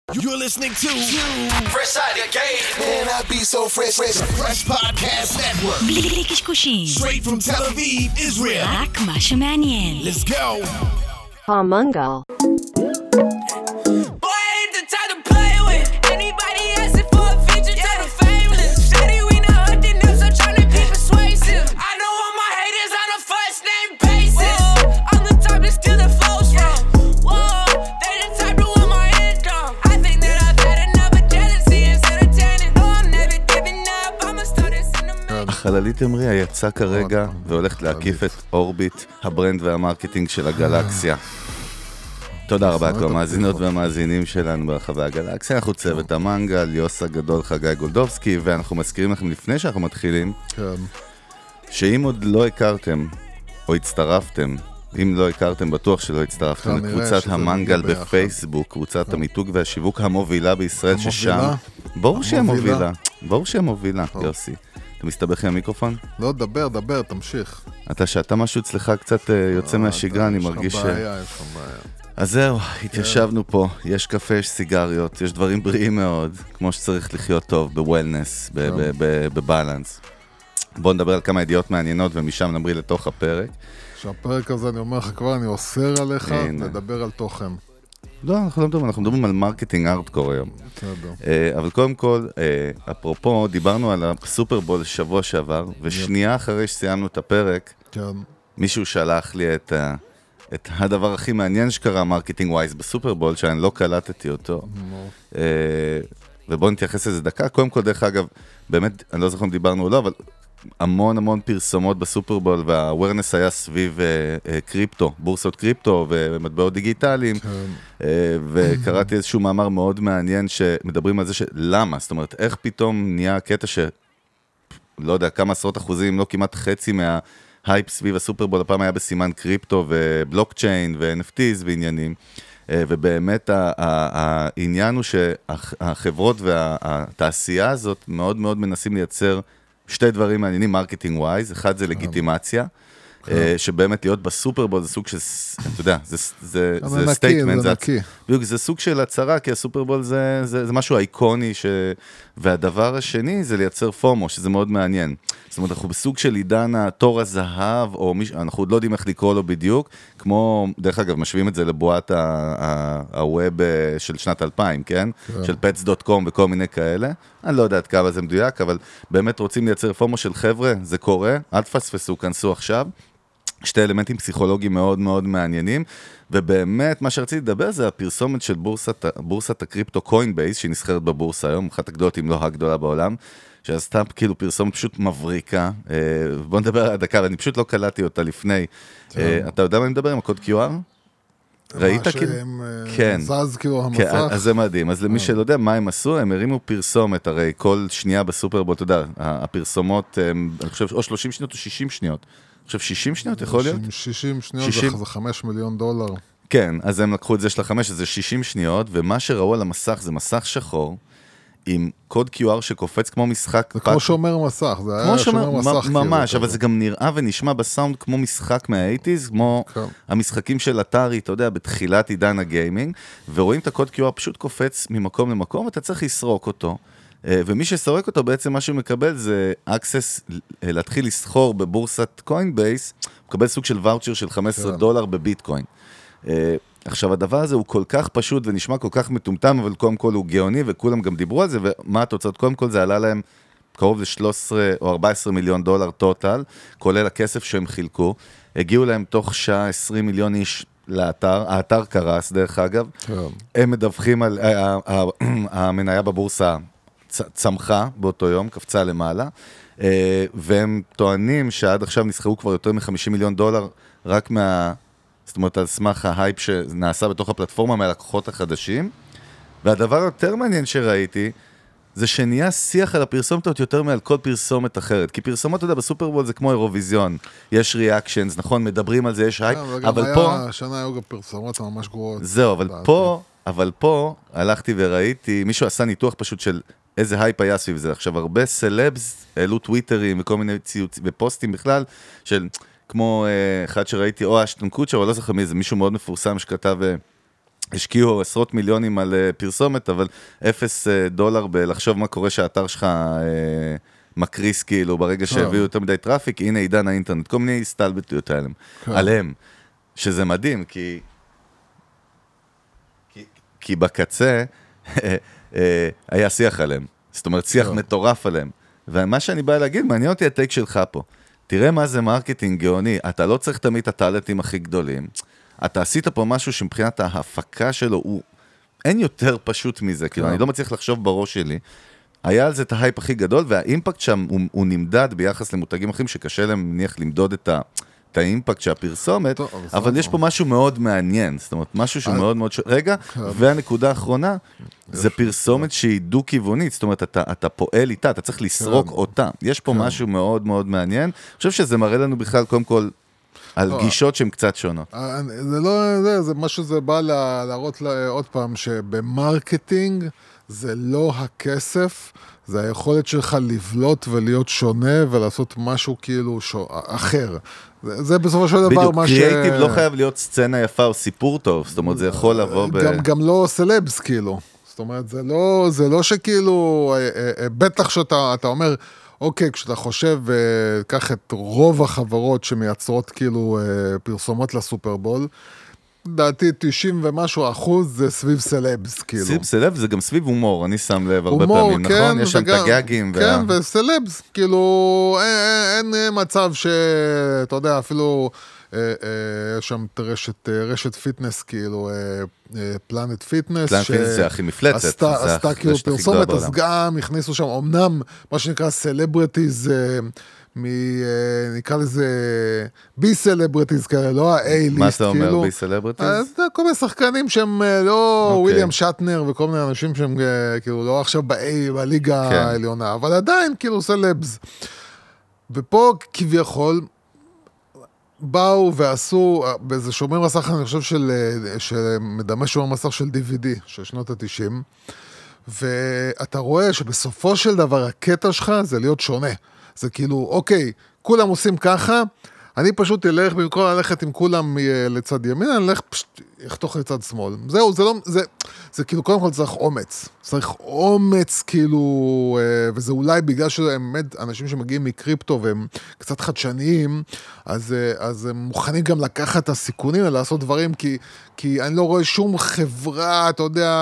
You're listening to Fresh Out of the Game. Man, I be so fresh. Fresh Podcast Network. בלי קשקושים. Straight from Tel Aviv, Israel. רק מה שמעניין. Let's go. Palmungal. Boy, ain't the type to play with. Anybody asking for a feature, tell the famous. Shawty, we not hunting them, so tryna be persuasive. I know all my haters on a first name basis. I'm the type to steal the flows from. Whoa, they the type to want my income. I think that I've had enough of jealousy and entertaining. No, I'm never giving up. I'ma start this in the middle. החללית אמריה יצא כרגע והולכת להקיף את אורביט, הברנד והמרקטינג של הגלקסיה. תודה רבה לכל המאזינות והמאזינים שלנו ברחבי הגלקסיה. אנחנו צוות המנגל, יוס הגדול, חגי גולדובסקי, ואנחנו מזכירים לכם לפני שאנחנו מתחילים, שאם עוד לא הכרתם או הצטרפתם, אם לא הכרתם בטוח שלא הצטרפתם לקבוצת המנגל בפייסבוק, קבוצת המיתוג והשיווק המובילה בישראל, ששם ברור שהיא מובילה, יוסי. אתה מסתבך עם המיקרופון? לא, דבר, תמשיך. שאתה משהו אצלך קצת יוצא מהשגרה, אני מרגיש יש לך בעיה. אז זהו, התיישבנו פה, יש קפה, יש סיגריות, יש דברים בריאים מאוד, כמו שצריך לחיות טוב, בוולנס, בבלנס. בואו נדבר על כמה ידיעות מעניינות, ומשם נמריא לתוך הפרק. שהפרק הזה, אני אומר לך כבר, אני אוסר עליך לדבר על תוכן. לא, אנחנו לא מדברים, אנחנו מדברים על מרקטינג ארטקור היום. אבל קודם כל, אפרופו, דיברנו על הסופרבול שבוע שעבר, ושנייה אחרי שסיימנו את הפרק, מישהו שלח לי את הדבר הכי מעניין שקרה מרקטינג ווייז בסופרבול, שאני לא קלטתי אותו. ובואו נתייחס לזה דקה. קודם כל, דרך אגב, באמת, אני לא זוכר אם דיברנו או לא, אבל המון פרסומות בסופרבול, והאווירנס היה סביב קריפטו, בורסות קריפטו ומטבעות דיגיטליים, וקראתי איזשהו מאמר מאוד מעניין שמדברים על זה למה, זאת אומרת, איך פתאום נהיה קטע לא יודע, כמה עשרות אחוזים, לא כמעט חצי הייפ סביב הסופרבול, הפעם היה בסימן קריפטו ובלוקצ'יין ו-NFTs ועניינים, ובאמת העניין הוא שהחברות והתעשייה הזאת מאוד מאוד מנסים לייצר שתי דברים מעניינים מרקטינג ווייז, אחד זה לגיטימציה, שבאמת להיות בסופרבול זה סוג של, אתה יודע, זה סטייטמנט, זה סוג של הצהרה, כי הסופרבול זה משהו אייקוני, והדבר השני זה לייצר פומו, שזה מאוד מעניין. זאת אומרת, אנחנו בסוג של עידן התור הזהב, או אנחנו עוד לא יודעים איך לקרוא לו בדיוק, כמו, דרך אגב, משווים את זה לבועת הווב של שנת 2000, כן? של pets.com וכל מיני כאלה. אני לא יודעת כמה זה מדויק, אבל באמת רוצים לייצר פומו של חבר'ה, זה קורה, אל תפספסו, כנסו עכשיו. שתי אלמנטים פסיכולוגיים מאוד מאוד מעניינים, ובאמת מה שרציתי לדבר זה הפרסומת של בורסת הקריפטו קוינבייס, שהיא נסחרת בבורסה היום, אחת הגדולות אם לא הגדולה בעולם, שעשתה כאילו פרסומת פשוט מבריקה. בוא נדבר על הדקה, ואני פשוט לא קלטתי אותה לפני. אתה יודע מה אני מדבר עם הקוד QR? ראית כאילו? כן. זז כאילו המסך. אז זה מדהים. אז למי שלא יודע מה הם עשו, הם הרימו פרסומת, הרי כל שנייה בסופרבול, אתה יודע, הפרסומות, אני חושב, או 30 שניות או 60 שניות. עכשיו 60 שניות יכול להיות? 60 שניות זה $5 מיליון. כן, אז הם לקחו את זה של 5, זה 60 שניות, ומה שראו על המסך זה מסך שחור, עם קוד QR שקופץ כמו משחק. זה כמו שומר מסך, זה היה שומר מסך. ממש, אבל זה גם נראה ונשמע בסאונד כמו משחק מה-80s, כמו המשחקים של אטארי, אתה יודע, בתחילת עידן הגיימינג, ורואים את הקוד QR פשוט קופץ ממקום למקום, ואתה צריך לסרוק אותו. ומי שסורק אותו בעצם מה שהוא מקבל זה access להתחיל לסחור בבורסת קוינבייס, הוא מקבל סוג של ואוצ'ר של $15 בביטקוין. עכשיו הדבר הזה הוא כל כך פשוט ונשמע כל כך מטומטם, אבל קודם כל הוא גאוני וכולם גם דיברו על זה, ומה התוצאות? קודם כל זה עלה להם קרוב ל-13 או $14 מיליון טוטל, כולל הכסף שהם חילקו, הגיעו להם תוך שעה 20 מיליון איש לאתר, האתר קרס דרך אגב, הם מדווחים על המניה בבורסה צמחה באותו יום, קפצה למעלה, והם טוענים שעד עכשיו נסחרו כבר יותר $50 מיליון רק זאת אומרת, על סמך ההייפ שנעשה בתוך הפלטפורמה מהלקוחות החדשים, והדבר יותר מעניין שראיתי, זה שנהיה שיח על הפרסומות יותר מעל כל פרסומת אחרת, כי פרסומות, אתה יודע, בסופרבול זה כמו אירוויזיון, יש ריאקשנס, נכון, מדברים על זה, יש הייפ, אבל פה... השנה היו גם פרסומות ממש גרועות. זהו, אבל פה הלכתי וראיתי, מישהו עשה ניתוח פשוט של איזה הייפ היה סביב זה. עכשיו, הרבה סלבס העלו טוויטרים וכל מיני ציוצים ופוסטים בכלל, של כמו אחד שראיתי, או אשטון קוצ'ר, או לא זוכר מי, זה מישהו מאוד מפורסם שכתב השקיעו עשרות מיליונים על פרסומת, אבל $0 בלחשוב מה קורה שהאתר שלך מקריס כאילו ברגע שהביאו יותר מדי טראפיק, הנה עידן האינטרנט, כל מיני סטלבטויות עליהם, שזה מדהים, כי בקצה היה שיח עליהם, זאת אומרת שיח מטורף עליהם, ומה שאני בא להגיד, מעניין אותי הטייק שלך פה, תראה מה זה מרקטינג גאוני, אתה לא צריך תמיד את הטלנטים הכי גדולים, אתה עשית פה משהו שמבחינת ההפקה שלו, אין יותר פשוט מזה, כאילו אני לא מצליח לחשוב בראש שלי, היה על זה את ההייפ הכי גדול, והאימפקט שם הוא נמדד ביחס למותגים אחרים, שקשה להם נניח למדוד את האימפקט שהפרסומת, אבל יש פה משהו מאוד מעניין, זאת אומרת, משהו שהוא מאוד מאוד... רגע, והנקודה האחרונה, זה פרסומת שהיא דו-כיוונית, זאת אומרת, אתה פועל איתה, אתה צריך לסרוק אותה. יש פה משהו מאוד מאוד מעניין. אני חושב שזה מראה לנו בכלל, קודם כל, על גישות שהן קצת שונות. זה לא זה משהו זה בא להראות עוד פעם, שבמרקטינג זה לא הכסף, זה היכולת שלך לבלוט ולהיות שונה ולעשות משהו כאילו אחר. זה בסופו של דבר מה ש... בדיוק, קריאייטיב לא חייב להיות סצנה יפה או סיפור טוב, זאת אומרת, זה יכול לבוא גם לא סלבס כאילו. זאת אומרת, זה לא שכאילו, בטח שאתה אומר, אוקיי, כשאתה חושב, קח את רוב החברות שמייצרות כאילו פרסומות לסופרבול, דעתי 90 ומשהו אחוז זה סביב סלבס, כאילו. סביב סלבס זה גם סביב הומור, אני שם לב הרבה פעמים, נכון? יש שם את הגאגים. כן, וסלבס, כאילו, אין מצב שאתה יודע, אפילו יש שם רשת פיטנס, כאילו, פלנט פיטנס. פלנט פיטנס זה הכי מפלצת. עשתה כאילו פרסומת, אז גם הכניסו שם, אמנם מה שנקרא סלבריטיז, נקרא לזה בי סלבריטיז כאלה, לא ה-A-ליסט. מה אתה אומר בי סלבריטיז? כל מיני שחקנים שהם לא וויליאם שטנר וכל מיני אנשים שהם כאילו לא עכשיו בליגה העליונה, אבל עדיין כאילו סלבס. ופה כביכול באו ועשו, באיזה שומר מסך, אני חושב שמדמה שומר מסך של DVD של שנות ה-90, ואתה רואה שבסופו של דבר הקטע שלך זה להיות שונה. זה כאילו, אוקיי, כולם עושים ככה, אני פשוט אלך, במקום ללכת עם כולם לצד ימין, אני אלך פשוט, יחתוך לצד שמאל. זהו, זה כאילו, קודם כל צריך אומץ. צריך אומץ, כאילו, וזה אולי בגלל שהם אנשים שמגיעים מקריפטו, והם קצת חדשניים, אז הם מוכנים גם לקחת את הסיכונים, ולעשות דברים, כי אני לא רואה שום חברה, אתה יודע,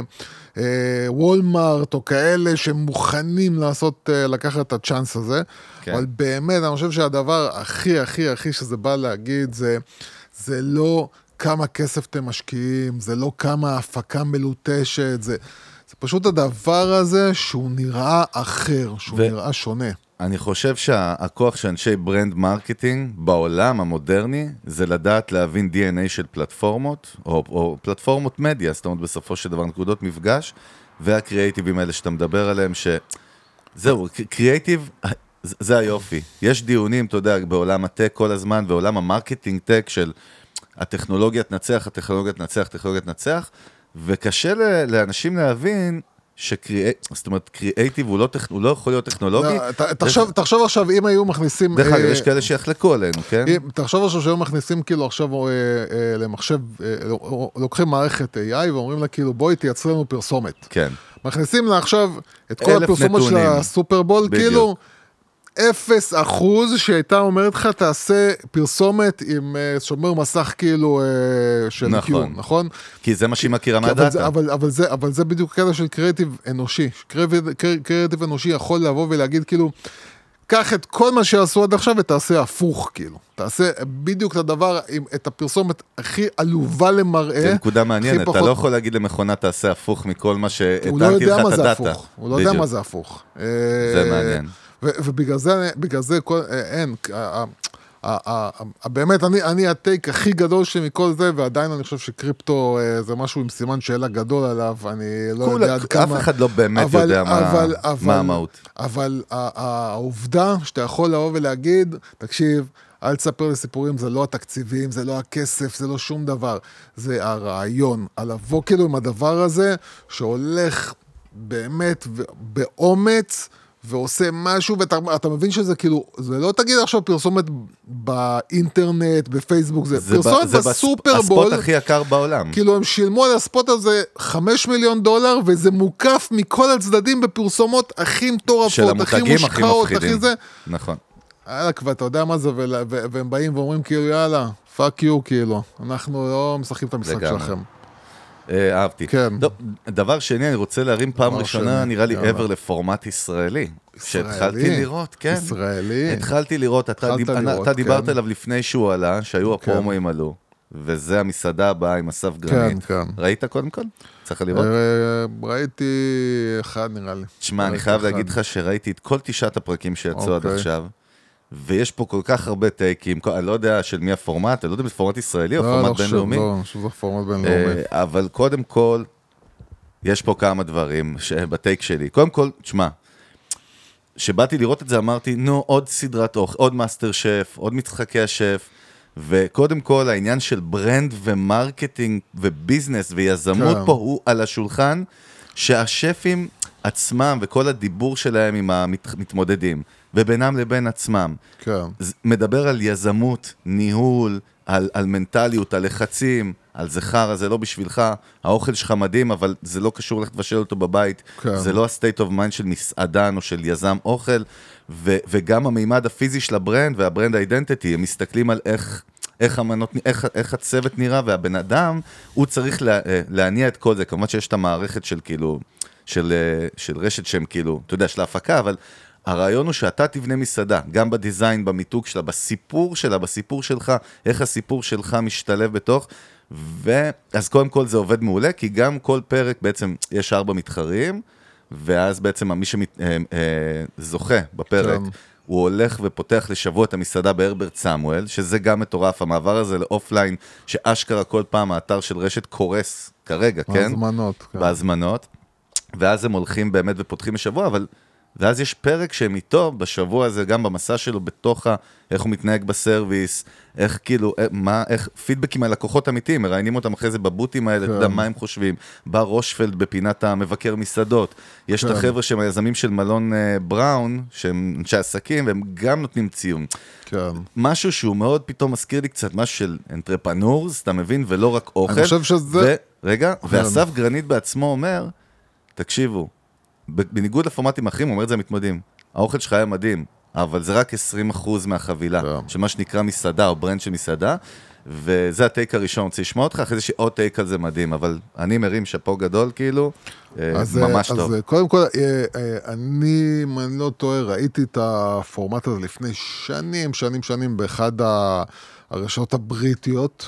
וולמארט או כאלה שמוכנים לקחת את הצ'אנס הזה, אבל באמת אני חושב שהדבר הכי שזה בא להגיד זה לא כמה כסף אתם משקיעים, זה לא כמה הפקה מלוטשת, זה פשוט הדבר הזה שהוא נראה אחר, שהוא נראה שונה. אני חושב שהכוח של אנשי ברנד מרקטינג בעולם המודרני, זה לדעת להבין DNA של פלטפורמות, או פלטפורמות מדיה, זאת אומרת בסופו של דבר נקודות מפגש, והקריאייטיבים האלה שאתה מדבר עליהם, זהו, קריאייטיב, זה היופי. יש דיונים, אתה יודע, בעולם הטק כל הזמן, בעולם המרקטינג טק של הטכנולוגיה תנצח, הטכנולוגיה תנצח, וקשה לאנשים להבין זאת אומרת, קריאייטיב הוא לא יכול להיות טכנולוגי. תחשוב עכשיו, אם היו מכניסים... דרך אגב, יש כאלה שיחלקו עלינו, כן? תחשוב עכשיו שהיו מכניסים כאילו עכשיו למחשב, לוקחים מערכת AI ואומרים לה כאילו בואי תייצר לנו פרסומת. כן. מכניסים לה עכשיו את כל הפרסומות של הסופרבול, כאילו 0% שהייתה אומרת לך, תעשה פרסומת עם שומר מסך כאילו של קיום, נכון? כי זה מה שהיא מכירה מהדאטה. אבל זה בדיוק קטע של קריאטיב אנושי. קריאטיב אנושי יכול לבוא ולהגיד כאילו, קח את כל מה שעשו עד עכשיו ותעשה הפוך כאילו. תעשה בדיוק את הדבר, את הפרסומת הכי עלובה למראה. זה נקודה מעניינת, אתה לא יכול להגיד למכונה תעשה הפוך מכל מה שהטנתי לך את הדאטה. הוא לא יודע מה זה הפוך. זה מעניין. ובגלל זה אין, באמת אני הטייק הכי גדול שמכל זה, ועדיין אני חושב שקריפטו זה משהו עם סימן שאלה גדול עליו, אני לא יודע עד כמה. אף אחד לא באמת יודע מה המהות. אבל העובדה שאתה יכול לבוא ולהגיד, תקשיב, אל תספר לי סיפורים, זה לא התקציבים, זה לא הכסף, זה לא שום דבר, זה הרעיון, על לבוא כאילו עם הדבר הזה, שהולך באמת באומץ, ועושה משהו, ואתה מבין שזה כאילו, זה לא תגיד עכשיו פרסומת באינטרנט, בפייסבוק, זה פרסומת בסופרבול. הספוט הכי יקר בעולם. כאילו הם שילמו על הספוט הזה $5 מיליון, וזה מוקף מכל הצדדים בפרסומות הכי מטורפות, הכי מושקעות, הכי זה. נכון. יאללה, כבר אתה יודע מה זה, והם באים ואומרים כאילו, יאללה, פאק יו, כאילו, אנחנו לא משחקים את המשחק שלכם. אהבתי. כן. דבר שני, אני רוצה להרים פעם ראשונה, נראה לי עבר לפורמט ישראלי. שהתחלתי לראות, כן. ישראלי. התחלתי לראות, אתה דיברת עליו לפני שהוא עלה, שהיו הפרומואים עלו, וזה המסעדה הבאה עם אסף גרנית. כן, כן. ראית קודם כל? צריך לראות? ראיתי אחד נראה לי. תשמע, אני חייב להגיד לך שראיתי את כל 9 הפרקים שיצאו עד עכשיו, ויש פה כל כך הרבה טייקים, אני לא יודע של מי הפורמט, אני לא יודע אם זה פורמט ישראלי או פורמט בינלאומי. לא, שזה פורמט בינלאומי. אבל קודם כל, יש פה כמה דברים בטייק שלי. קודם כל, תשמע, שבאתי לראות את זה, אמרתי, נו, עוד סדרת אוכל, עוד מאסטר שף, עוד משחקי השף, וקודם כל, העניין של ברנד ומרקטינג וביזנס ויזמות פה הוא על השולחן, שהשפים עצמם וכל הדיבור שלהם עם המתמודדים, ובינם לבין עצמם, מדבר על יזמות, ניהול, על מנטליות, על לחצים, על זכר, זה לא בשבילך, האוכל שלך מדהים, אבל זה לא קשור לך לבשל אותו בבית, זה לא ה-state of mind של מסעדן או של יזם אוכל, וגם המימד הפיזי של הברנד והברנד האידנטיטי, הם מסתכלים על איך הצוות נראה, והבן אדם, הוא צריך להניע את כל זה, כמובן שיש את המערכת של כאילו, של רשת שהם כאילו, אתה יודע, של ההפקה, אבל הרעיון הוא שאתה תבנה מסעדה, גם בדיזיין, במיתוג שלה, בסיפור שלה, בסיפור שלך, איך הסיפור שלך משתלב בתוך, ואז קודם כל זה עובד מעולה, כי גם כל פרק בעצם יש 4 מתחרים, ואז בעצם מי שזוכה בפרק, הוא הולך ופותח לשבוע את המסעדה בהרברט סמואל, שזה גם מטורף, המעבר הזה לאופליין, שאשכרה כל פעם האתר של רשת קורס כרגע, כן? בהזמנות. בהזמנות, ואז הם הולכים באמת ופותחים לשבוע, אבל ואז יש פרק שהם איתו בשבוע הזה, גם במסע שלו בתוך איך הוא מתנהג בסרוויס, איך כאילו, איך פידבקים על לקוחות אמיתיים, מראיינים אותם אחרי זה בבוטים האלה, אתה יודע מה הם חושבים, בא רושפלד בפינת המבקר מסעדות, יש את החבר'ה שהם היזמים של מלון בראון, שהם אנשי עסקים, והם גם נותנים ציון. משהו שהוא מאוד פתאום מזכיר לי קצת, משהו של אנטרפנורס, אתה מבין, ולא רק אוכל. אני חושב שזה... רגע, ואסף גרנית בעצמו אומר, תקשיבו, בניגוד לפורמטים אחרים, הוא אומר את זה המתמודדים. האוכל שלך היה מדהים, אבל זה רק 20% מהחבילה, שמה שנקרא מסעדה או ברנד של מסעדה, וזה הטייק הראשון, רוצה לשמוע אותך, אחרי זה שעוד טייק על זה מדהים, אבל אני מרים שפו גדול כאילו, ממש טוב. אז קודם כל, אני, אם אני לא טועה, ראיתי את הפורמט הזה לפני שנים, באחד הרשתות הבריטיות,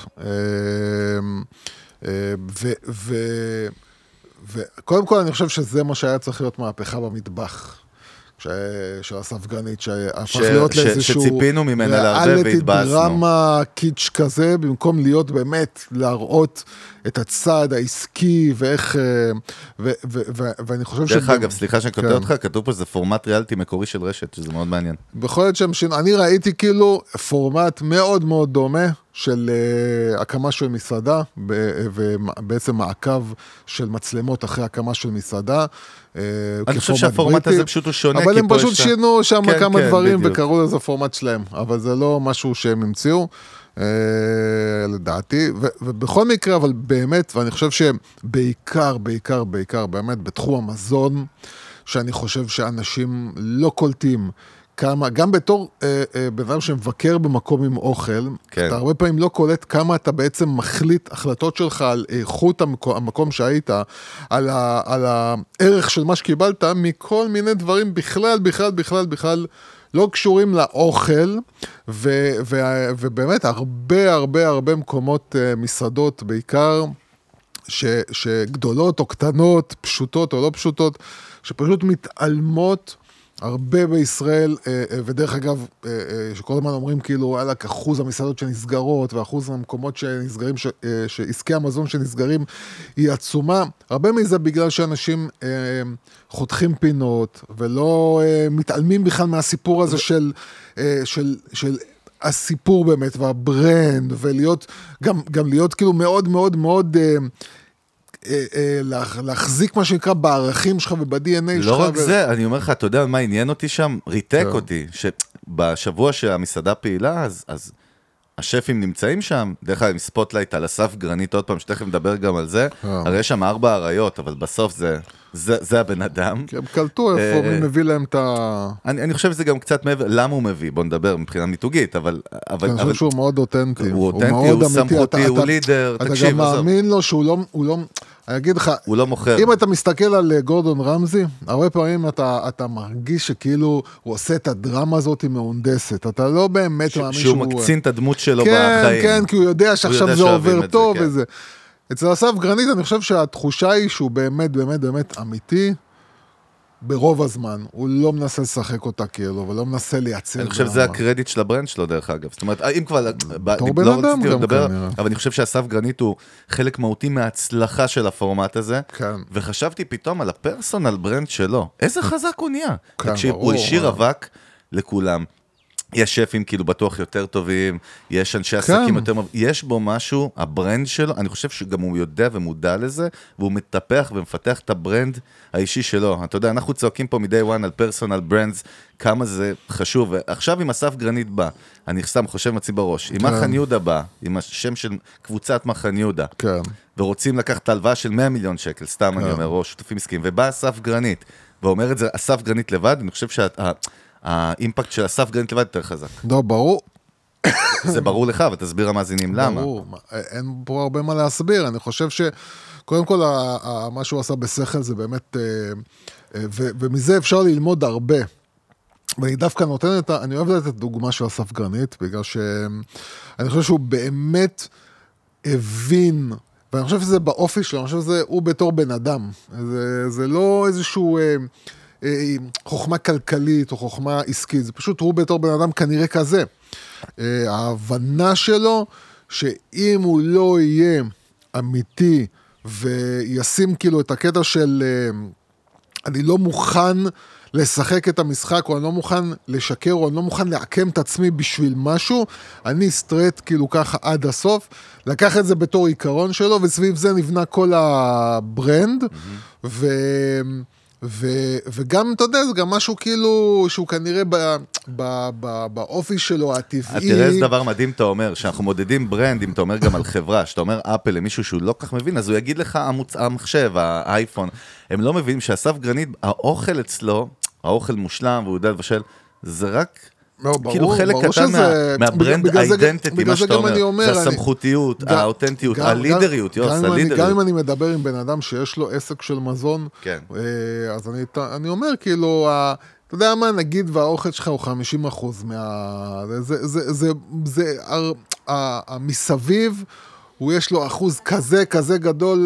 וקודם כל אני חושב שזה מה שהיה צריך להיות מהפכה במטבח, של אסף גרנית, שהפך להיות לאיזשהו... שציפינו ממנה להרבה והתבאסנו. דרמה קיץ' כזה, במקום להיות באמת להראות את הצד העסקי, ואיך... ואני חושב דרך אגב, סליחה שאני כותב אותך, כתוב פה שזה פורמט ריאליטי מקורי של רשת, שזה מאוד מעניין. בכל זאת אני ראיתי כאילו פורמט מאוד מאוד דומה, של הקמה של מסעדה, ובעצם מעקב של מצלמות אחרי הקמה של מסעדה. אני חושב שהפורמט הזה פשוט הוא שונה. אבל הם פשוט שינו שם כמה דברים וקראו לזה פורמט שלהם, אבל זה לא משהו שהם המציאו, לדעתי, ובכל מקרה, אבל באמת, ואני חושב שבעיקר, באמת בתחום המזון, שאני חושב שאנשים לא קולטים, גם בתור בן שמבקר במקום עם אוכל, אתה הרבה פעמים לא קולט כמה אתה בעצם מחליט החלטות שלך על איכות המקום שהיית, על הערך של מה שקיבלת, מכל מיני דברים בכלל לא קשורים לאוכל, ובאמת הרבה מקומות מסעדות בעיקר, שגדולות או קטנות, פשוטות או לא פשוטות, שפשוט מתעלמות, הרבה בישראל, ודרך אגב, שכל הזמן אומרים כאילו, אחוז המסעדות שנסגרות, ואחוז המקומות שנסגרים, שעסקי המזון שנסגרים, היא עצומה. הרבה מזה בגלל שאנשים חותכים פינות, ולא מתעלמים בכלל מהסיפור הזה של הסיפור באמת, והברנד, ולהיות, גם להיות כאילו מאוד מאוד מאוד... להחזיק מה שנקרא בערכים שלך וב-DNA שלך. לא רק זה, אני אומר לך, אתה יודע מה עניין אותי שם? ריתק אותי, שבשבוע שהמסעדה פעילה, אז השפים נמצאים שם, דרך כלל עם ספוטלייט על אסף גרנית, עוד פעם, שתכף נדבר גם על זה, הרי יש שם 4 אריות, אבל בסוף זה הבן אדם. כי הם קלטו איפה, מי מביא להם את ה... אני חושב שזה גם קצת מעבר, למה הוא מביא? בוא נדבר מבחינה מיתוגית, אבל... אני חושב שהוא מאוד אותנטי. הוא אותנטי, הוא סמכותי, הוא לידר, תקשיב. אתה גם מאמין לו שהוא לא... אני אגיד לך, הוא לא מוכר. אם אתה מסתכל על גורדון רמזי, הרבה פעמים אתה מרגיש שכאילו הוא עושה את הדרמה הזאת מהונדסת. אתה לא באמת מאמין שהוא מקצין את הדמות שלו בחיים. כן, כי הוא יודע שעכשיו זה עובר טוב וזה. אצל אסף גרנית אני חושב שהתחושה היא שהוא באמת באמת באמת אמיתי ברוב הזמן. הוא לא מנסה לשחק אותה כאילו, ולא מנסה לייצר. אני חושב שזה הקרדיט של הברנד שלו דרך אגב. זאת אומרת, אם כבר... בתור בן אדם גם כנראה. אבל אני חושב שאסף גרנית הוא חלק מהותי מההצלחה של הפורמט הזה. כן. וחשבתי פתאום על הפרסונל ברנד שלו. איזה חזק הוא נהיה. כן, תקשיב, הוא השאיר אבק לכולם. יש שפים כאילו בטוח יותר טובים, יש אנשי עסקים יותר... יש בו משהו, הברנד שלו, אני חושב שגם הוא יודע ומודע לזה, והוא מטפח ומפתח את הברנד האישי שלו. אתה יודע, אנחנו צועקים פה מ-day one על פרסונל ברנדס, כמה זה חשוב. ועכשיו עם אסף גרנית בא, אני סתם חושב מציא בראש, עם מחן יהודה בא, עם השם של קבוצת מחן יהודה, ורוצים לקחת הלוואה של 100 מיליון שקל, סתם אני אומר, או שותפים עסקיים, ובא אסף גרנית, ואומר את זה, אסף גרנית לבד, אני חושב האימפקט של אסף גרנית לבד יותר חזק. לא, ברור. זה ברור לך, ותסביר המאזינים למה. ברור, אין פה הרבה מה להסביר. אני חושב שקודם כל, מה שהוא עשה בשכל זה באמת, ומזה אפשר ללמוד הרבה. ואני דווקא נותן אני אוהב לתת דוגמה של אסף גרנית, בגלל שאני חושב שהוא באמת הבין, ואני חושב שזה באופי שלו, אני חושב שזה הוא בתור בן אדם. זה לא איזשהו... חוכמה כלכלית או חוכמה עסקית, זה פשוט הוא בתור בן אדם כנראה כזה. ההבנה שלו שאם הוא לא יהיה אמיתי וישים כאילו את הקטע של אני לא מוכן לשחק את המשחק, או אני לא מוכן לשקר, או אני לא מוכן לעקם את עצמי בשביל משהו, אני סטרט כאילו ככה עד הסוף, לקח את זה בתור עיקרון שלו, וסביב זה נבנה כל הברנד, וגם, אתה יודע, זה גם משהו כאילו, שהוא כנראה באופי שלו הטבעי. תראה איזה דבר מדהים אתה אומר, שאנחנו מודדים ברנד, אם אתה אומר גם על חברה, שאתה אומר אפל למישהו שהוא לא כך מבין, אז הוא יגיד לך המחשב, האייפון, הם לא מבינים שאסף גרנית, האוכל אצלו, האוכל מושלם, והוא יודע לבשל, זה רק... כאילו חלק קטן מהברנד האידנטיטי, מה שאתה אומר, זה הסמכותיות, האותנטיות, הלידריות, גם אם אני מדבר עם בן אדם שיש לו עסק של מזון, אז אני אומר כאילו, אתה יודע מה, נגיד והאוכל שלך הוא 50% זה מסביב, הוא יש לו אחוז כזה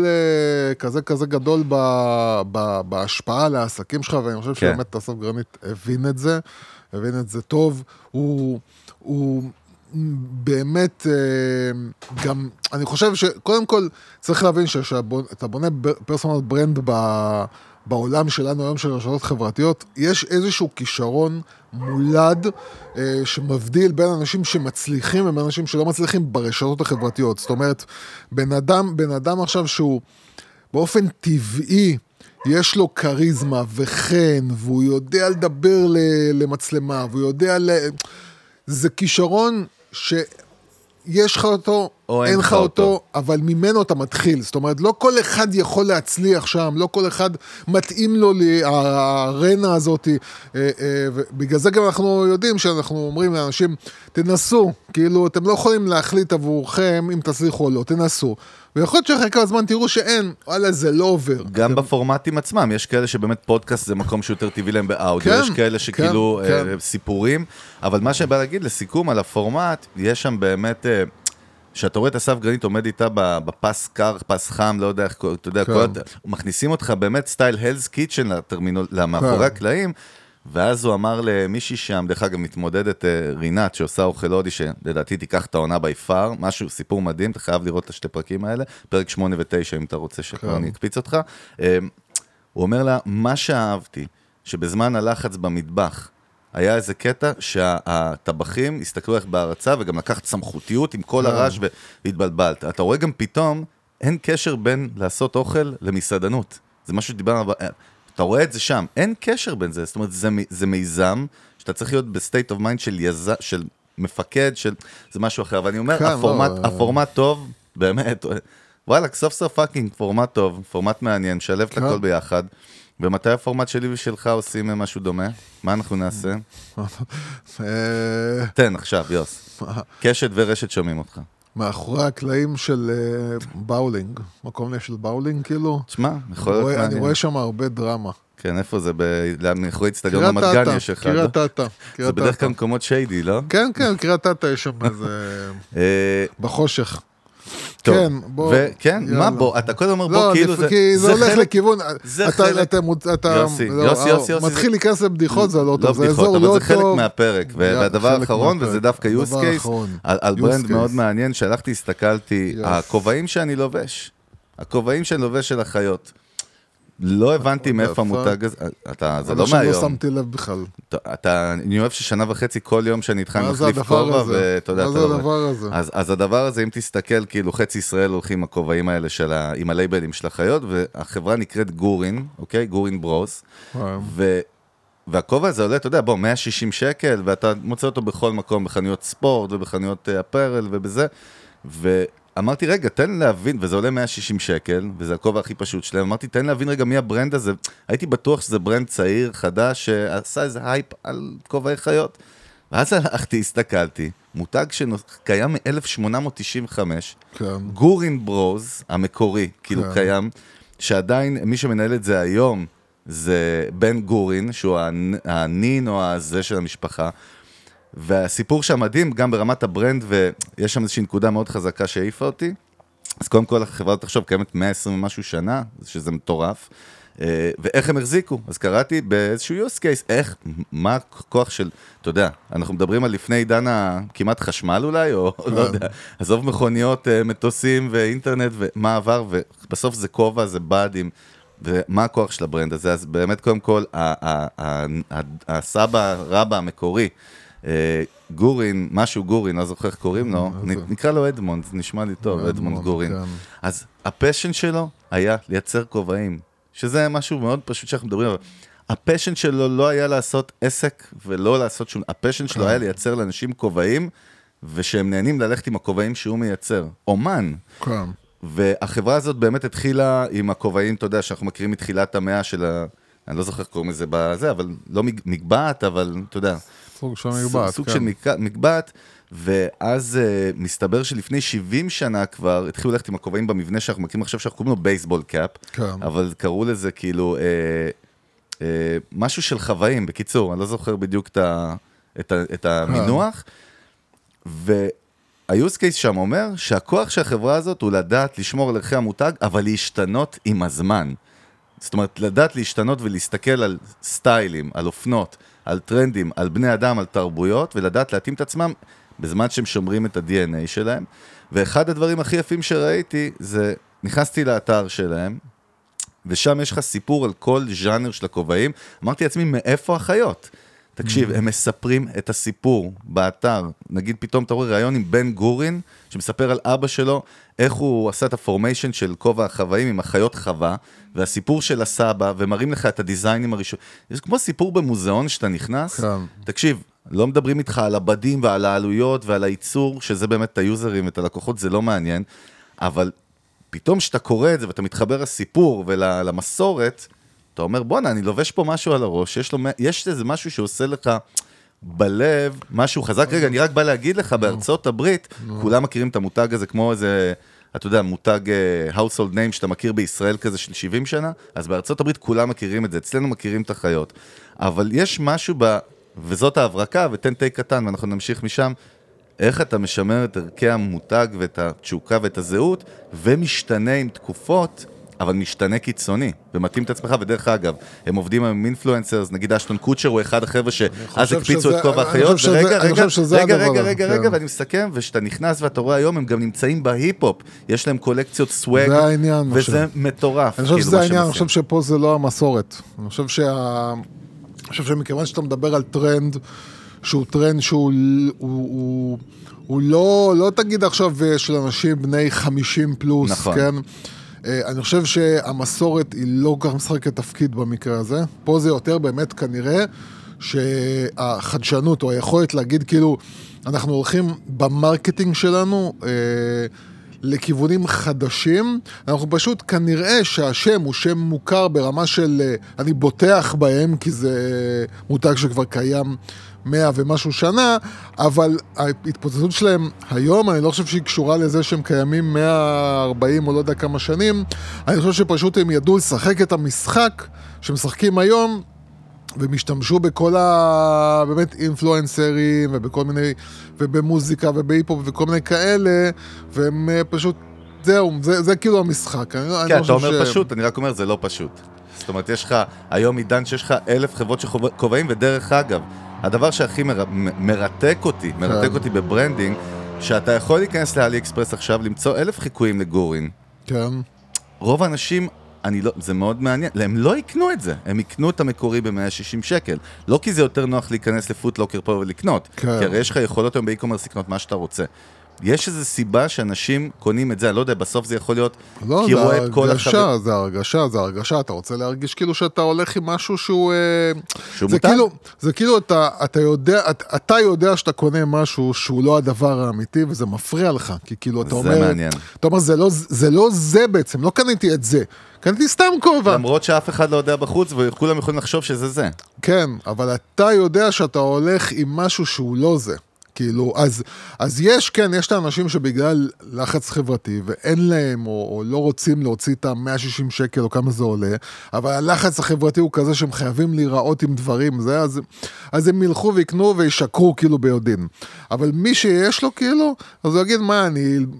גדול בהשפעה לעסקים שלך, ואני חושב שבאמת אסף גרנית הבין את זה טוב, הוא באמת גם, אני חושב שקודם כל צריך להבין שאתה בונה פרסונל ברנד בעולם שלנו היום של רשתות חברתיות, יש איזשהו כישרון מולד שמבדיל בין אנשים שמצליחים ובין אנשים שלא מצליחים ברשתות החברתיות. זאת אומרת, בן אדם עכשיו שהוא באופן טבעי, יש לו קריזמה וחן, והוא יודע לדבר למצלמה, והוא יודע זה כישרון שיש לך אותו, אין לך אותו, אבל ממנו אתה מתחיל. זאת אומרת, לא כל אחד יכול להצליח שם, לא כל אחד מתאים לו הרנה הזאת, ובגלל זה גם אנחנו יודעים שאנחנו אומרים לאנשים, תנסו, כאילו, אתם לא יכולים להחליט עבורכם אם תצליחו או לא, תנסו. ויכול להיות שאחרי כמה זמן תראו שאין, וואלה, זה לא עובר. גם בפורמטים עצמם, יש כאלה שבאמת פודקאסט זה מקום שיותר טבעי להם באודיו, יש כאלה שכאילו סיפורים, אבל מה שבא להגיד לסיכום על הפורמט, יש שם באמת, שאתה רואה את אסף גרנית עומד איתה בפס קר, פס חם, לא יודע איך, אתה יודע, מכניסים אותך באמת סטייל הלס קיצ'ן למאחורי הקלעים, ואז הוא אמר למישהי שם, דרך אגב מתמודדת רינת שעושה אוכל הודי, שלדעתי תיקח את העונה ביפר, משהו, סיפור מדהים, אתה חייב לראות את השתי פרקים האלה, פרק 8 ו-9 אם אתה רוצה שאני אקפיץ אותך. הוא אומר לה, מה שאהבתי, שבזמן הלחץ במטבח, היה איזה קטע שהטבחים הסתכלו איך בהרצה, וגם לקחת סמכותיות עם כל הרעש והתבלבלת. אתה רואה גם פתאום, אין קשר בין לעשות אוכל למסעדנות. זה משהו שדיברנו, אתה רואה את זה שם, אין קשר בין זה, זאת אומרת, זה מיזם, שאתה צריך להיות בסטייט אוף מיינד של מפקד, זה משהו אחר, אבל אני אומר, הפורמט טוב, באמת, וואלה, סוף סוף פאקינג פורמט טוב, פורמט מעניין, משלב את הכל ביחד, ומתי הפורמט שלי ושלך עושים משהו דומה? מה אנחנו נעשה? תן עכשיו, יוס. קשת ורשת שומעים אותך. מאחורי הקלעים של באולינג, מקום של באולינג כאילו. תשמע, יכול להיות מעניין. אני רואה שם הרבה דרמה. כן, איפה זה? מאחורי אצטדיון רמת גן יש אחד. קריית אתא. זה בדרך כלל מקומות שיידי, לא? כן, כן, קריית אתא יש שם איזה... בחושך. טוב, כן, בוא. כן, מה בוא? אתה קודם אומר בוא, כאילו זה... כי זה הולך לכיוון... זה חלק... יוסי, מתחיל להיכנס לבדיחות, זה לא טוב, זה אזור לא טוב. אבל זה חלק מהפרק, והדבר האחרון, וזה דווקא use case, על ברנד מאוד מעניין, שהלכתי, הסתכלתי, הכובעים שאני לובש, של החיות, לא הבנתי מאיפה המותג הזה, זה לא מהיום. לא שמתי לב בכלל. אני אוהב ששנה וחצי כל יום שאני איתך מחליף כובע, ואתה יודע, מה זה הדבר הזה? אז הדבר הזה, אם תסתכל, כאילו חצי ישראל הולכים עם הכובעים האלה, עם הלייבלים של החיות, והחברה נקראת גורין, אוקיי? גורין ברוס, והכובע הזה עולה, אתה יודע, בוא, 160 שקל, ואתה מוצא אותו בכל מקום, בחנויות ספורט, ובחנויות אפרל, ובזה, אמרתי, רגע, תן להבין, וזה עולה 160 שקל, וזה הכובע הכי פשוט שלהם, אמרתי, תן להבין רגע מי הברנד הזה, הייתי בטוח שזה ברנד צעיר, חדש, שעשה איזה הייפ על כובעי חיות, ואז הלכתי, הסתכלתי, מותג שקיים מ-1895, גורין ברוז, המקורי, כאילו קיים, שעדיין מי שמנהל את זה היום, זה בן גורין, שהוא הנין או הזה של המשפחה, והסיפור שם מדהים, גם ברמת הברנד, ויש שם איזושהי נקודה מאוד חזקה שהעיפה אותי, אז קודם כל החברה תחשוב, קיימת 120 ומשהו שנה, שזה מטורף, ואיך הם החזיקו, אז קראתי באיזשהו use case, מה הכוח של, אתה יודע, אנחנו מדברים על לפני עידן כמעט חשמל אולי, או לא יודע, עזוב מכוניות, מטוסים ואינטרנט, ומה עבר, ובסוף זה כובע, זה בדים, ומה הכוח של הברנד הזה, אז באמת קודם כל, הסבא רבא המקורי, גורין, משהו גורין, לא זוכר איך קוראים לו, נקרא לו אדמונד, זה נשמע לי טוב, אדמונד גורין. אז הפשן שלו היה לייצר כובעים, שזה משהו מאוד פשוט שאנחנו מדברים עליו. הפשן שלו לא היה לעשות עסק ולא לעשות שום, הפשן שלו היה לייצר לאנשים כובעים, ושהם נהנים ללכת עם הכובעים שהוא מייצר. אומן. והחברה הזאת באמת התחילה עם הכובעים, אתה יודע, שאנחנו מכירים מתחילת המאה של אני לא זוכר קוראים לזה בזה, אבל לא מגבעת, אבל אתה יודע, סוג של מגבעת. סוג של מגבעת, ואז מסתבר שלפני 70 שנה כבר, התחילו ללכת עם הכובעים במבנה שאנחנו מכירים עכשיו, שאנחנו קוראים לו בייסבול קאפ, אבל קראו לזה כאילו, משהו של חוואים, בקיצור, אני לא זוכר בדיוק את המינוח, והיוז קייס שם אומר, שהכוח של החברה הזאת הוא לדעת לשמור על ערכי המותג, אבל להשתנות עם הזמן. זאת אומרת, לדעת להשתנות ולהסתכל על סטיילים, על אופנות, על טרנדים, על בני אדם, על תרבויות, ולדעת להתאים את עצמם בזמן שהם שומרים את ה-DNA שלהם. ואחד הדברים הכי יפים שראיתי, זה נכנסתי לאתר שלהם, ושם יש לך סיפור על כל ז'אנר של הכובעים. אמרתי לעצמי, מאיפה החיות? תקשיב, הם מספרים את הסיפור באתר. נגיד פתאום אתה רואה ראיון עם בן גורין, שמספר על אבא שלו, איך הוא עשה את הפורמיישן של כובע החוואים עם החיות חווה, והסיפור של הסבא, ומראים לך את הדיזיינים הראשונים. זה כמו סיפור במוזיאון שאתה נכנס. תקשיב, לא מדברים איתך על הבדים ועל העלויות ועל הייצור, שזה באמת את היוזרים, את הלקוחות, זה לא מעניין. אבל פתאום שאתה קורא את זה ואתה מתחבר לסיפור ולמסורת, אתה אומר, בוא'נה, אני לובש פה משהו על הראש, יש איזה משהו שעושה לך בלב, משהו חזק. רגע, אני רק בא להגיד לך, בארצות הברית, כולם מכירים את המותג הזה, כמו איזה, אתה יודע, מותג household name שאתה מכיר בישראל כזה של 70 שנה, אז בארצות הברית כולם מכירים את זה, אצלנו מכירים את החיות. אבל יש משהו וזאת ההברקה, ותן תה קטן, ואנחנו נמשיך משם, איך אתה משמר את ערכי המותג ואת התשוקה ואת הזהות, ומשתנה עם תקופות, אבל משתנה קיצוני, ומתאים את עצמך, ודרך אגב, הם עובדים עם אינפלואנסרס, נגיד אשטון קוצ'ר הוא אחד החבר'ה שאז הקפיצו את כובע החיות, ורגע, ואני מסכם, ושאתה נכנס ואתה רואה היום, הם גם נמצאים בהיפ-הופ, יש להם קולקציות סווג, וזה מטורף. אני חושב שזה העניין, אני חושב שפה זה לא המסורת. אני חושב שמכיוון שאתה מדבר על טרנד, שהוא טרנד הוא לא תגיד עכשיו של אנשים בני 50 פלוס, נכון. כן? אני חושב שהמסורת היא לא כל כך משחקת תפקיד במקרה הזה. פה זה יותר באמת כנראה שהחדשנות או היכולת להגיד כאילו, אנחנו הולכים במרקטינג שלנו לכיוונים חדשים, אנחנו פשוט כנראה שהשם הוא שם מוכר ברמה של אני בוטח בהם, כי זה מותג שכבר קיים 100 ומשהו שנה, אבל ההתפוצצות שלהם היום, אני לא חושב שהיא קשורה לזה שהם קיימים 140 או לא יודע כמה שנים, אני חושב שפשוט הם ידעו לשחק את המשחק שמשחקים היום, והם השתמשו בכל באמת אינפלואנסרים, ובכל מיני, ובמוזיקה ובהיפופ וכל מיני כאלה, והם פשוט, זהו, זה כאילו המשחק. כן, אתה אומר פשוט, אני רק אומר, זה לא פשוט. זאת אומרת, יש לך, היום עידן שיש לך 1,000 חברות שקובעים, ודרך אגב, הדבר שהכי מרתק אותי בברנדינג, שאתה יכול להיכנס לאלי אקספרס עכשיו, למצוא 1,000 חיקויים לגורין. כן. רוב האנשים, זה מאוד מעניין, הם לא יקנו את זה, הם יקנו את המקורי ב-160 שקל. לא כי זה יותר נוח להיכנס לפוטלוקר פה ולקנות, כי הרי יש לך יכולות היום באי-קומרס לקנות מה שאתה רוצה. יש איזו סיבה שאנשים קונים את זה, אני לא יודע, בסוף זה יכול להיות, לא, כי רואה את כל החבר... זה הרגשה, אתה רוצה להרגיש כאילו שאתה הולך עם משהו שהוא מותג? זה כאילו אתה יודע שאתה קונה משהו שהוא לא הדבר האמיתי, וזה מפריע לך, כי כאילו אתה אומר... זה מעניין. אתה אומר, זה לא זה בעצם, לא קניתי את זה, קניתי סתם כובע. למרות שאף אחד לא יודע בחוץ, וכולם יכולים לחשוב שזה זה. כן, אבל אתה יודע שאתה הולך עם משהו שהוא לא זה. כאילו, אז יש את האנשים שבגלל לחץ חברתי, ואין להם, או לא רוצים להוציא את ה-160 שקל, או כמה זה עולה, אבל הלחץ החברתי הוא כזה שהם חייבים להיראות עם דברים, אז הם ילכו ויקנו וישקרו כאילו ביודעין. אבל מי שיש לו כאילו, אז הוא יגיד, מה,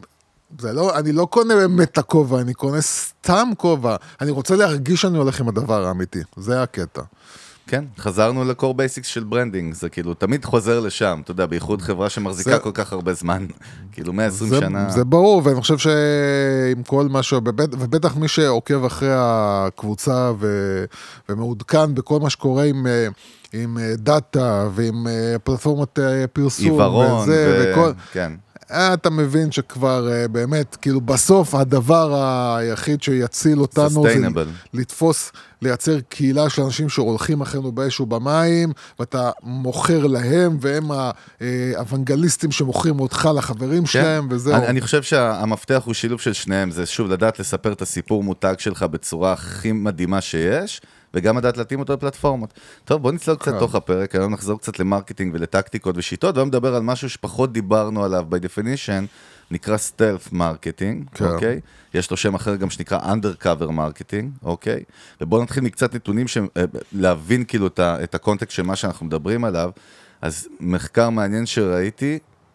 אני לא קונה באמת הכובע, אני קונה סתם כובע, אני רוצה להרגיש שאני הולך עם הדבר האמיתי, זה הקטע. כן, חזרנו לקור בייסיקס של ברנדינג, זה כאילו תמיד חוזר לשם, אתה יודע, בייחוד חברה שמחזיקה כל כך הרבה זמן, כאילו 120 שנה. זה ברור, ואני חושב שעם כל משהו, ובטח מי שעוקב אחרי הקבוצה ומעודכן בכל מה שקורה עם דאטה ועם פלטפורמת פרסום, עיוורון, כן. אתה מבין שכבר באמת, כאילו בסוף הדבר היחיד שיציל אותנו זה לתפוס, לייצר קהילה של אנשים שהולכים אחרינו באיזשהו במים, ואתה מוכר להם, והם האוונגליסטים שמוכרים אותך לחברים שלהם, וזהו. אני חושב שהמפתח הוא שילוב של שניהם, זה שוב לדעת לספר את הסיפור מותג שלך בצורה הכי מדהימה שיש, וגם לדעת להתאים אותו לפלטפורמות. טוב, בוא נצלול קצת תוך הפרק, היום נחזור קצת למרקטינג ולטקטיקות ושיטות, והוא מדבר על משהו שפחות דיברנו עליו by definition, נקרא stealth marketing, אוקיי? יש לו שם אחר גם שנקרא undercover marketing, אוקיי? ובואו נתחיל מקצת נתונים להבין כאילו את הקונטקסט של מה שאנחנו מדברים עליו. אז מחקר מעניין שראיתי,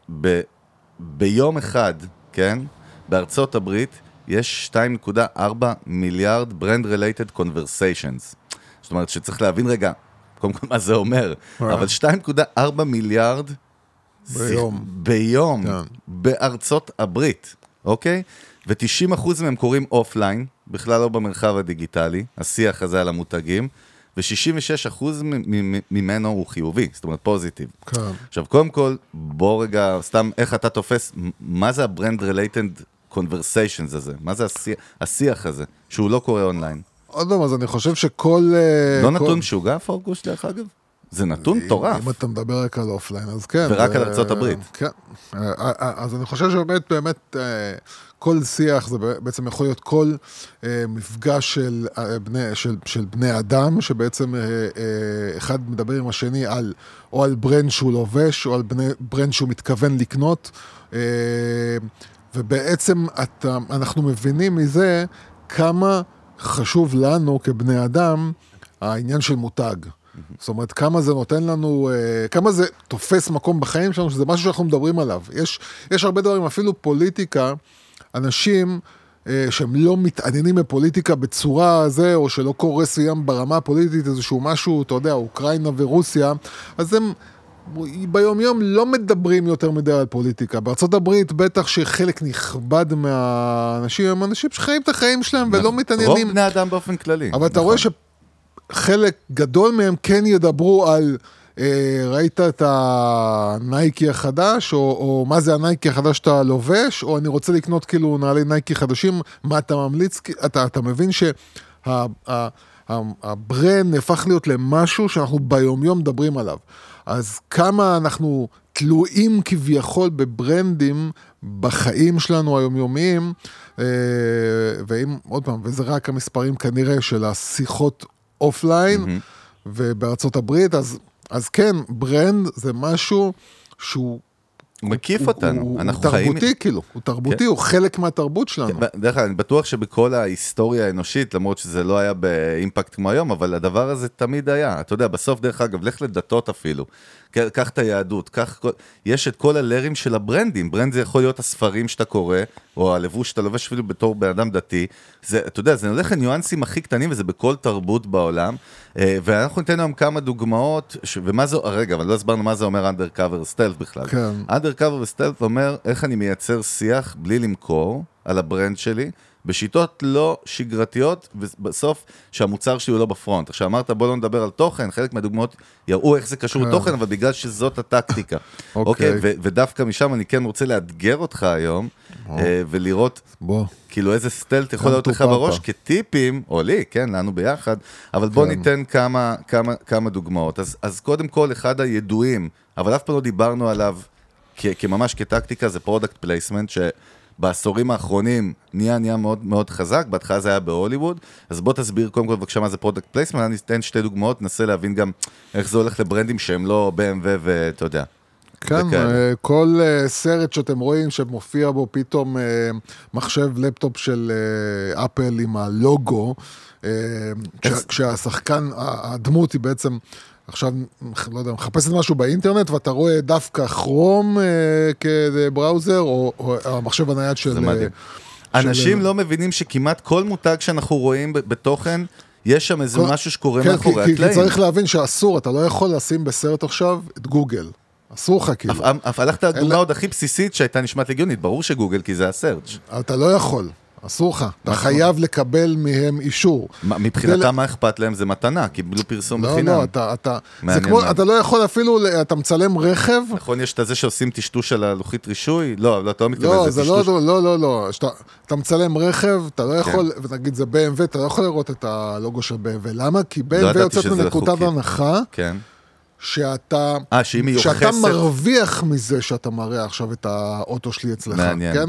ביום אחד, כן? בארצות הברית, יש 2.4 מיליארד brand-related conversations. זאת אומרת שצריך להבין רגע, קודם כל מה זה אומר, אבל 2.4 מיליארד ביום בארצות הברית, אוקיי? ו-90% מהם קוראים אופליין, בכלל לא במרחב הדיגיטלי, השיח הזה על המותגים, ו-66% ממנו הוא חיובי, זאת אומרת פוזיטיב. עכשיו, קודם כל, בוא רגע, סתם איך אתה תופס, מה זה ה-brand-related conversations הזה? מה זה השיח הזה, שהוא לא קורה אונליין? עוד פעם, אז אני חושב שכל... לא נתון משוגע, פורגוש, דרך אגב? זה נתון טורף. אם אתה מדבר רק על אופליין, אז כן. ורק על ארצות הברית. כן. אז אני חושב שבאמת, כל שיח, זה בעצם יכול להיות כל מפגש של בני אדם, שבעצם אחד מדבר עם השני או על ברנד שהוא לובש, או על ברנד שהוא מתכוון לקנות, ובעצם אנחנו מבינים מזה כמה חשוב לנו כבני אדם העניין של מותג. זאת אומרת, כמה זה נותן לנו, כמה זה תופס מקום בחיים שלנו, שזה משהו שאנחנו מדברים עליו. יש הרבה דברים, אפילו פוליטיקה, אנשים שהם לא מתעניינים בפוליטיקה בצורה הזה, או שלא קורה סיים ברמה הפוליטית, איזשהו משהו, אתה יודע, אוקראינה ורוסיה, אז הם ביום יום לא מדברים יותר מדי על פוליטיקה. בארצות הברית בטח שחלק נכבד מהאנשים, הם אנשים שחיים את החיים שלהם ולא מתעניינים. רוב בני אדם באופן כללי. אבל אתה רואה שחלק גדול מהם כן ידברו על ראית את הנייקי החדש, או מה זה הנייקי החדש שאתה לובש, או אני רוצה לקנות כאילו נעלי נייקי חדשים, מה אתה ממליץ? אתה מבין שהברנד הפך להיות למשהו שאנחנו ביומיום מדברים עליו. אז כמה אנחנו תלויים כביכול בברנדים בחיים שלנו היומיומיים, ואם, עוד פעם, וזה רק המספרים כנראה של השיחות אופליין, ובארצות הברית, אז כן, ברנד זה משהו שהוא... הוא מקיף אותנו, הוא תרבותי כאילו, הוא תרבותי, הוא חלק מהתרבות שלנו. דרך כלל, אני בטוח שבכל ההיסטוריה האנושית, למרות שזה לא היה באימפקט כמו היום, אבל הדבר הזה תמיד היה. אתה יודע, בסוף דרך אגב, לך לדתות אפילו. קח את היהדות, יש את כל הלרים של הברנדים. ברנד זה יכול להיות הספרים שאתה קורא, או הלבוש שאתה לובש אפילו בתור בן אדם דתי. אתה יודע, זה נולך לניואנסים הכי קטנים, וזה בכל תרבות בעולם. ואנחנו ניתן היום כמה דוגמאות, ומה זה, רגע, אבל לא הסברנו מה זה אומר undercover stealth בכלל. כן. undercover stealth אומר איך אני מייצר שיח בלי למכור על הברנד שלי, בשיטות לא שגרתיות, ובסוף שהמוצר שלי הוא לא בפרונט. עכשיו אמרת, בוא לא נדבר על תוכן, חלק מהדוגמאות יראו איך זה קשור לתוכן, אבל בגלל שזאת הטקטיקה. אוקיי, ודווקא משם אני כן רוצה לאתגר אותך היום, ולראות כאילו איזה סטלט יכול להיות לך בראש כטיפים, או לי, כן, לנו ביחד, אבל בוא ניתן כמה דוגמאות. אז קודם כל, אחד הידועים, אבל אף פעם לא דיברנו עליו כממש כטקטיקה, זה פרודקט פלייסמנט, בעשורים האחרונים נהיה מאוד מאוד חזק, בהתחלה זה היה בהוליווד, אז בוא תסביר קודם כל בבקשה מה זה פרודקט פלייסמנט, אני אתן שתי דוגמאות, נסה להבין גם איך זה הולך לברנדים שהם לא BMW ואתה יודע. כן, כל סרט שאתם רואים שמופיע בו פתאום מחשב לפטופ של אפל עם הלוגו, כשהשחקן, הדמות היא בעצם... עכשיו, לא יודע, מחפשת משהו באינטרנט, ואתה רואה דווקא כרום כבראוזר, או המחשב הנייד של... זה מדהים. אנשים לא מבינים שכמעט כל מותג שאנחנו רואים בתוכן, יש שם איזה משהו שקורה מאחורי הקלעים. כי צריך להבין שאסור, אתה לא יכול לשים בסרט עכשיו את גוגל. אסור לך כאילו. אף הלכת לדוגמה עוד הכי בסיסית שהייתה נשמעת הגיונית, ברור שגוגל כי זה הסרט. אתה לא יכול. אסור לך, אתה חייב לקבל מהם אישור. מבחינתם מה אכפת להם זה מתנה, קיבלו פרסום בחינם. לא, אתה לא יכול אפילו, אתה מצלם רכב. נכון, יש את זה שעושים טשטוש על הלוחית רישוי? לא, אתה לא מתכוון לזה טשטוש. לא, אתה מצלם רכב, אתה לא יכול, ונגיד זה BMW, אתה לא יכול לראות את הלוגו של BMW. למה? כי BMW יוצאת מנקודת הנחה, שאתה מרוויח מזה שאתה מראה עכשיו את האוטו שלי אצלך. מעניין.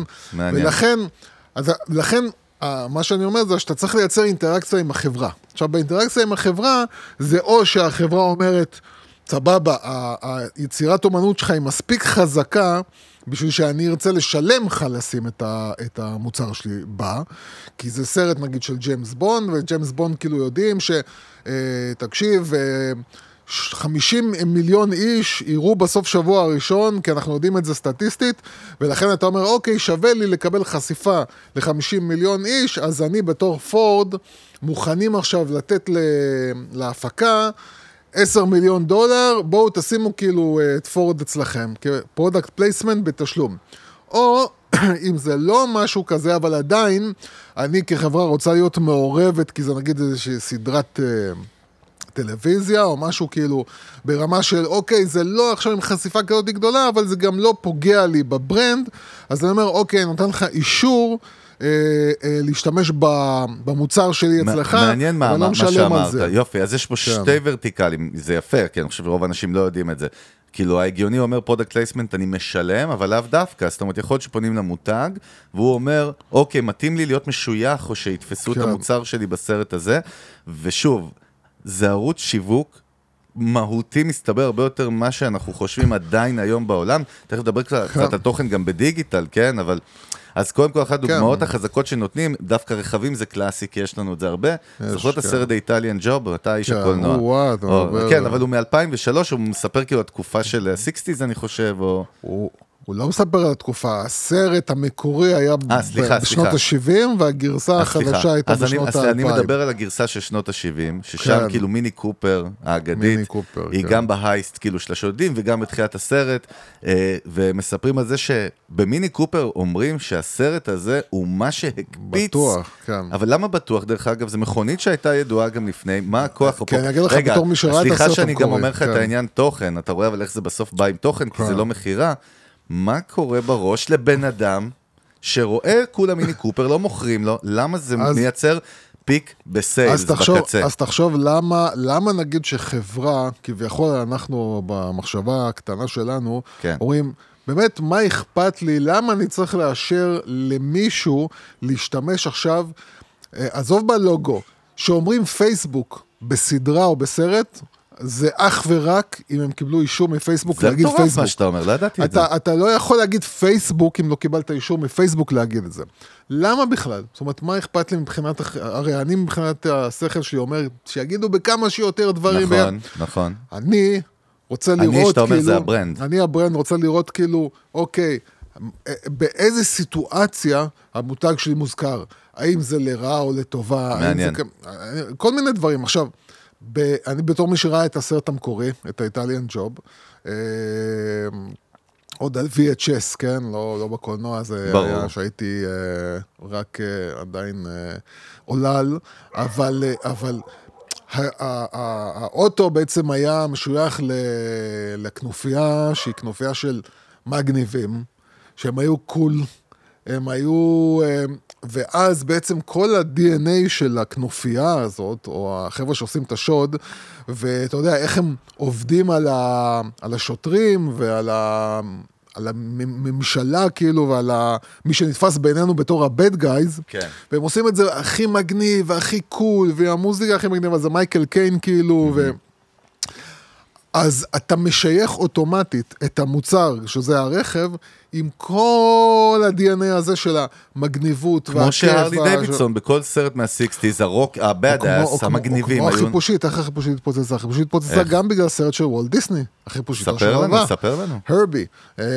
ולכן, מה שאני אומר זה שאתה צריך לייצר אינטראקציה עם החברה. עכשיו, באינטראקציה עם החברה, זה או שהחברה אומרת, סבבה, היצירת אומנות שלך היא מספיק חזקה, בשביל שאני ארצה לשלם לך לשים את המוצר שלי בה, כי זה סרט נגיד של ג'יימס בונד, וג'יימס בונד כאילו יודעים תקשיב, 50 מיליון איש יראו בסוף שבוע הראשון, כי אנחנו יודעים את זה סטטיסטית, ולכן אתה אומר, אוקיי, שווה לי לקבל חשיפה ל-50 מיליון איש, אז אני בתור פורד מוכנים עכשיו לתת להפקה $10 מיליון, בואו תשימו כאילו את פורד אצלכם, כפרודקט פלייסמנט בתשלום. או אם זה לא משהו כזה, אבל עדיין, אני כחברה רוצה להיות מעורבת, כי זה נגיד איזושהי סדרת... טלוויזיה או משהו כאילו ברמה של אוקיי, זה לא עכשיו עם חשיפה כזאת גדולה, אבל זה גם לא פוגע לי בברנד, אז אני אומר אוקיי, אני נותן לך אישור להשתמש במוצר שלי אצלך, מעניין מה שאמרת, יופי, אז יש פה שתי ורטיקלים, זה יפה, כי אני חושב שרוב האנשים לא יודעים את זה, כאילו ההגיוני אומר פרודקט פלייסמנט אני משלם, אבל לאו דווקא, זאת אומרת יכול להיות שפונים למותג, והוא אומר אוקיי, מתאים לי להיות משוייך, או שיתפסו את המוצר שלי בסרט הזה, ושוב, זה ערוץ שיווק מהותי מסתבר הרבה יותר מה שאנחנו חושבים עדיין היום בעולם. תכף לדבר קצת על תוכן גם בדיגיטל, כן? אבל אז קודם כל אחת דוגמאות החזקות שנותנים, דווקא רכבים זה קלאסי, כי יש לנו את זה הרבה. זוכרת הסרט האיטליאן ג'וב, אתה איש הקולנוע. כן, אבל הוא מ-2003, הוא מספר כאילו התקופה של ה-60s אני חושב, או... הוא לא מספר על התקופה, הסרט המקורי היה בשנות ה-70, והגרסה החדשה הייתה בשנות ה-2000. אז אני מדבר על הגרסה של שנות ה-70, ששם כאילו מיני קופר האגדית, היא גם בהייסט כאילו של השודדים, וגם בתחילת הסרט, ומספרים על זה שבמיני קופר אומרים שהסרט הזה הוא מה שהקפיץ. בטוח, כן. אבל למה בטוח? דרך אגב, זו מכונית שהייתה ידועה גם לפני, מה הכוח? כן, אני אגיד לך בתור מי שראה את הסרט המקורי. סליחה שאני גם אומר לך את העניין תוכן, אתה רואה אבל איך זה בסוף בא עם תוכן, כי זה לא מחירה. מה קורה בראש לבן אדם שרואה כולה מיני קופר, לא מוכרים לו, למה זה מייצר פיק בסיילס בקצה? אז תחשוב למה נגיד שחברה, כביכול אנחנו במחשבה הקטנה שלנו, אומרים, באמת מה אכפת לי, למה אני צריך לאשר למישהו להשתמש עכשיו, עזוב בלוגו, שאומרים פייסבוק בסדרה או בסרט, זה אך ורק אם הם קיבלו אישור מפייסבוק להגיד פייסבוק. זה מטורף מה שאתה אומר, לא ידעתי את זה. אתה לא יכול להגיד פייסבוק אם לא קיבלת אישור מפייסבוק להגיד את זה. למה בכלל? זאת אומרת, מה אכפת לי מבחינת, הרי אני מבחינת השכל שלי אומר, שיגידו בכמה שיותר דברים. נכון, נכון. אני רוצה לראות כאילו... אני שאתה אומר זה הברנד. אני הברנד רוצה לראות כאילו, אוקיי, באיזה סיטואציה המותג שלי מוזכר. האם זה לרעה או לטובה? מעניין. כל מיני דברים. עכשיו, אני בתור מי שראה את הסרט המקורי, את האיטליאן ג'וב, עוד על VHS, כן? לא בקולנוע, זה היה שהייתי רק עדיין עולל, אבל האוטו בעצם היה משוייך לכנופיה, שהיא כנופיה של מגניבים, שהם היו קול, הם היו... ואז בעצם כל ה-DNA של הכנופיה הזאת, או החבר'ה שעושים את השוד, ואתה יודע איך הם עובדים על השוטרים, ועל הממשלה כאילו, ועל מי שנתפס בינינו בתור ה-bad guys, כן. והם עושים את זה הכי מגניב, והכי קול, והמוזיקה הכי מגניב, אז זה מייקל קיין כאילו, אז אתה משייך אוטומטית את המוצר, שזה הרכב, עם כל ה-DNA הזה של המגניבות כמו שהרלי דיווידסון, בכל סרט מה-60s, הרוק, הבאדאס, המגניבים. כמו החיפושית, איך החיפושית התפוצצה? החיפושית התפוצצה גם בגלל סרט של וולט דיסני. החיפושית ספר לנו. הרבי.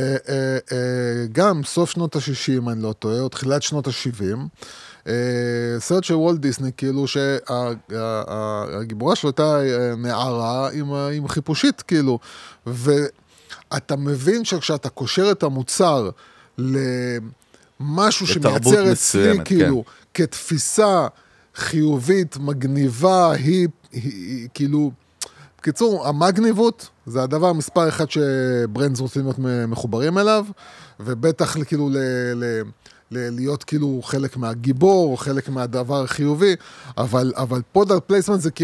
גם סוף שנות ה-60, אני לא טועה, או תחילת שנות ה-70, סרט של וולט דיסני, כאילו שהגיבורה שלו הייתה נערה עם חיפושית, כאילו, ואתה מבין שכשאתה קושר את המוצר למשהו שמייצר אצלי, כאילו, כתפיסה חיובית, מגניבה, היא כאילו, בקיצור, המגניבות זה הדבר מספר אחד שברנדס רוצים להיות מחוברים אליו, ובטח כאילו להיות כאילו חלק מהגיבור, או חלק מהדבר החיובי, אבל פרודקט פלייסמנט זה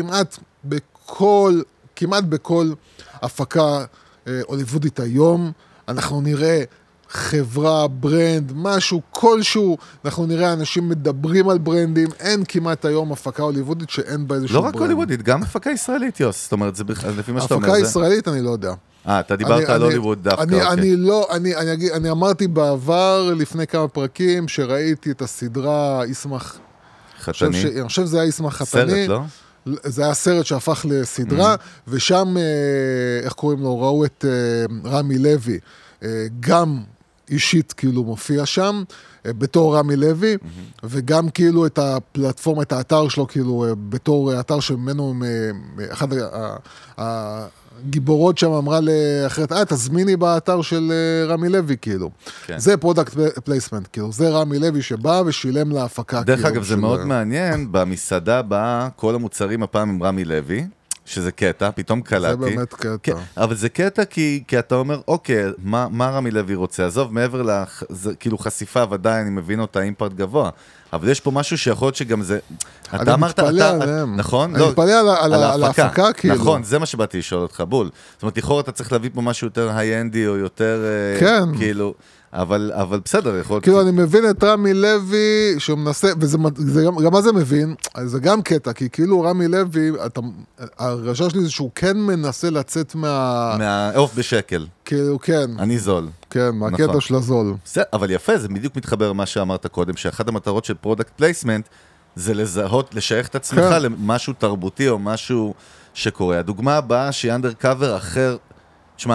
כמעט בכל הפקה הוליוודית היום, אנחנו נראה חברה, ברנד, משהו, כלשהו, אנחנו נראה אנשים מדברים על ברנדים, אין כמעט היום הפקה הוליוודית שאין בה איזשהו ברנד. לא רק הוליוודית, גם הפקה ישראלית, יוס, זאת אומרת, זה לפי מה שאתה אומר. הפקה ישראלית אני לא יודע. אתה דיברת על הוליווד דווקא. אני אמרתי בעבר, לפני כמה פרקים, שראיתי את הסדרה ישמח חתני. אני חושב שזה היה ישמח חתני. סרט, לא? זה היה סרט שהפך לסדרה, ושם, איך קוראים לו, ראו את רמי לוי, גם אישית כאילו מופיע שם, בתור רמי לוי, וגם כאילו את הפלטפורמה, את האתר שלו, כאילו בתור אתר שממנו, אחד הגיבורות שם אמרה לאחרת, תזמיני באתר של רמי לוי, כאילו. זה פרודקט פלייסמנט, כאילו. זה רמי לוי שבא ושילם להפקה. דרך אגב, זה מאוד מעניין, במסעדה באה כל המוצרים הפעם עם רמי לוי, שזה קטע, פתאום קלטתי. זה באמת קטע. אבל זה קטע כי אתה אומר, אוקיי, מה רמי לוי רוצה? עזוב, מעבר כאילו חשיפה, ודאי אני מבין אותה אימפרט גבוה, אבל יש פה משהו שיכול להיות שגם זה... אני מתפלא עליהם. נכון? אני מתפלא על ההפקה, כאילו. נכון, זה מה שבאתי לשאול אותך, בול. זאת אומרת, לכאורה אתה צריך להביא פה משהו יותר היי-אנדי, או יותר, כאילו... אבל בסדר, יכול להיות... כאילו, אני מבין את רמי לוי, שהוא מנסה, וגם מה זה מבין, זה גם קטע, כי כאילו רמי לוי, הרגשה שלי זה שהוא כן מנסה לצאת מהעוף בשקל. כאילו, כן. אני זול. כן, מהקטע של הזול. אבל יפה, זה בדיוק מתחבר למה שאמרת קודם, שאחת המטרות של פרודקט פלייסמנט, זה לזהות, לשייך את עצמך למשהו תרבותי, או משהו שקורה. הדוגמה הבאה שהיא אנדרקאבר אחר, תשמע,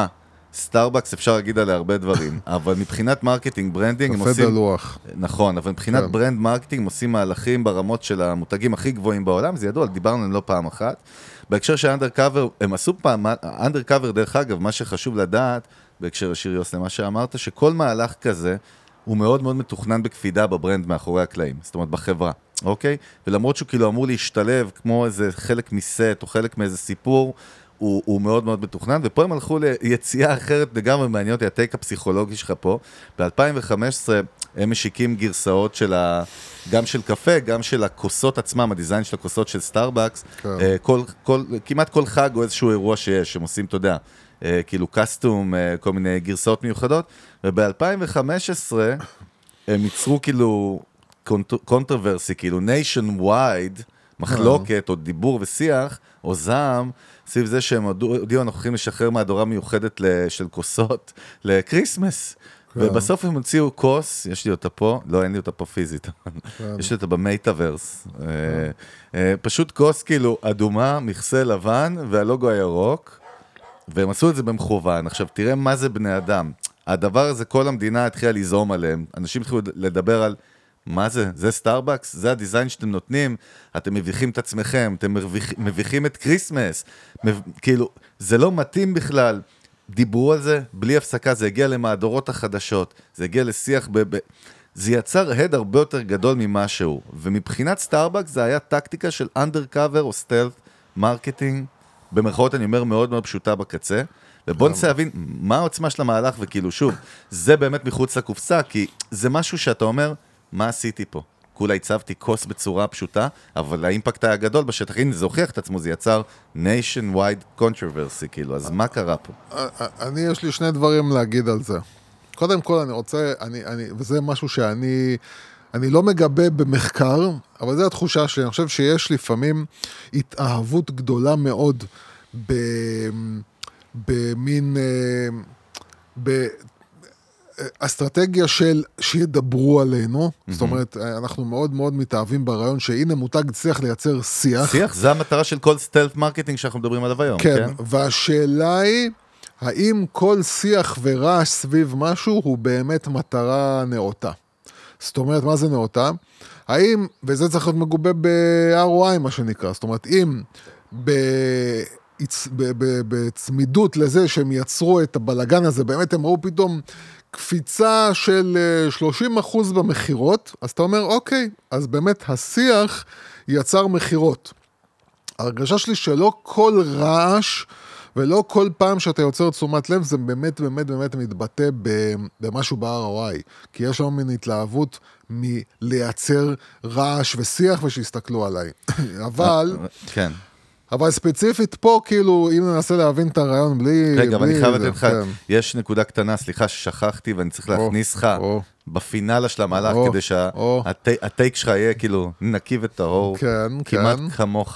סטארבקס אפשר להגיד עליה הרבה דברים, אבל מבחינת מרקטינג, ברנדינג, הם עושים... דלוח. נכון, אבל מבחינת ברנד מרקטינג, הם עושים מהלכים ברמות של המותגים הכי גבוהים בעולם, זה ידוע, דיברנו עליהם לא פעם אחת. בהקשר של אנדרקאבר, הם עשו פעם, אנדרקאבר דרך אגב, מה שחשוב לדעת, בהקשר לשיר יוס למה שאמרת, שכל מהלך כזה, הוא מאוד מאוד מתוכנן בקפידה בברנד מאחורי הקלעים, זאת אומרת בחברה, אוקיי? ולמרות שהוא כאילו אמור להשתלב כמו איזה חלק מסט או חלק מאיזה סיפור, הוא מאוד מאוד מתוכנן, ופה הם הלכו ליציאה אחרת לגמרי מעניין אותי, הטייק הפסיכולוגי שלך פה. ב-2015 הם משיקים גרסאות של גם של קפה, גם של הכוסות עצמם, הדיזיין של הכוסות של סטארבקס, כמעט כל חג או איזשהו אירוע שיש, הם עושים, אתה יודע, כאילו קסטום, כל מיני גרסאות מיוחדות, וב-2015 הם ייצרו כאילו קונטרוורסי, כאילו nationwide, מחלוקת או דיבור ושיח, או זעם, סביב זה שהם הודיעו, אנחנו הולכים לשחרר מהדורה מיוחדת של כוסות לקריסמס. ובסוף הם הוציאו כוס, יש לי אותה פה, לא, אין לי אותה פה פיזית, יש לי אותה במייטאברס. פשוט כוס כאילו אדומה, מכסה לבן, והלוגו הירוק, והם עשו את זה במכוון. עכשיו, תראה מה זה בני אדם. הדבר הזה, כל המדינה התחילה ליזום עליהם. אנשים התחילו לדבר על מה זה? זה סטארבקס? זה הדיזיין שאתם נותנים? אתם מביכים את עצמכם, אתם מביכים את קריסמס. כאילו, זה לא מתאים בכלל. דיברו על זה, בלי הפסקה, זה הגיע למהדורות החדשות, זה הגיע לשיח, זה יצר הד הרבה יותר גדול ממשהו, ומבחינת סטארבקס זה היה טקטיקה של undercover או stealth מרקטינג, במרכאות אני אומר מאוד מאוד פשוטה בקצה, ובוא ננסה להבין מה העוצמה של המהלך, וכאילו שוב, זה באמת מחוץ לקופסה, כי זה משהו שאתה אומר, מה עשיתי פה? כולה הצבתי כוס בצורה פשוטה, אבל האימפקט היה גדול בשטח, הנה זה הוכיח את עצמו, זה יצר nationwide controversy, כאילו, אז מה קרה פה? יש לי שני דברים להגיד על זה. קודם כל אני רוצה, וזה משהו שאני לא מגבה במחקר, אבל זו התחושה שלי, אני חושב שיש לפעמים התאהבות גדולה מאוד במין, אסטרטגיה של שידברו עלינו, זאת אומרת, אנחנו מאוד מאוד מתאהבים ברעיון שהנה מותג צריך לייצר שיח. שיח, זה המטרה של כל סטלף מרקטינג שאנחנו מדברים עליו היום. כן, והשאלה היא, האם כל שיח ורעש סביב משהו הוא באמת מטרה נאותה? זאת אומרת, מה זה נאותה? האם, וזה צריך להיות מגובה ב-ROI מה שנקרא, זאת אומרת, אם בצמידות לזה שהם יצרו את הבלגן הזה, באמת הם ראו פתאום קפיצה של 30% במחירות, אז אתה אומר, אוקיי, אז באמת השיח יצר מחירות. הרגשה שלי שלא כל רעש, ולא כל פעם שאתה יוצר תשומת לב, זה באמת באמת באמת מתבטא במשהו ב-ROI, כי יש לנו מין התלהבות מלייצר רעש ושיח ושיסתכלו עליי. אבל... כן. אבל ספציפית פה, כאילו, אם ננסה להבין את הרעיון בלי... רגע, אבל אני חייב לתת לך, יש נקודה קטנה, סליחה ששכחתי, ואני צריך להכניס לך בפינלה של המהלך, כדי שהטייק שלך יהיה כאילו נקי וטהור, כמעט כמוך.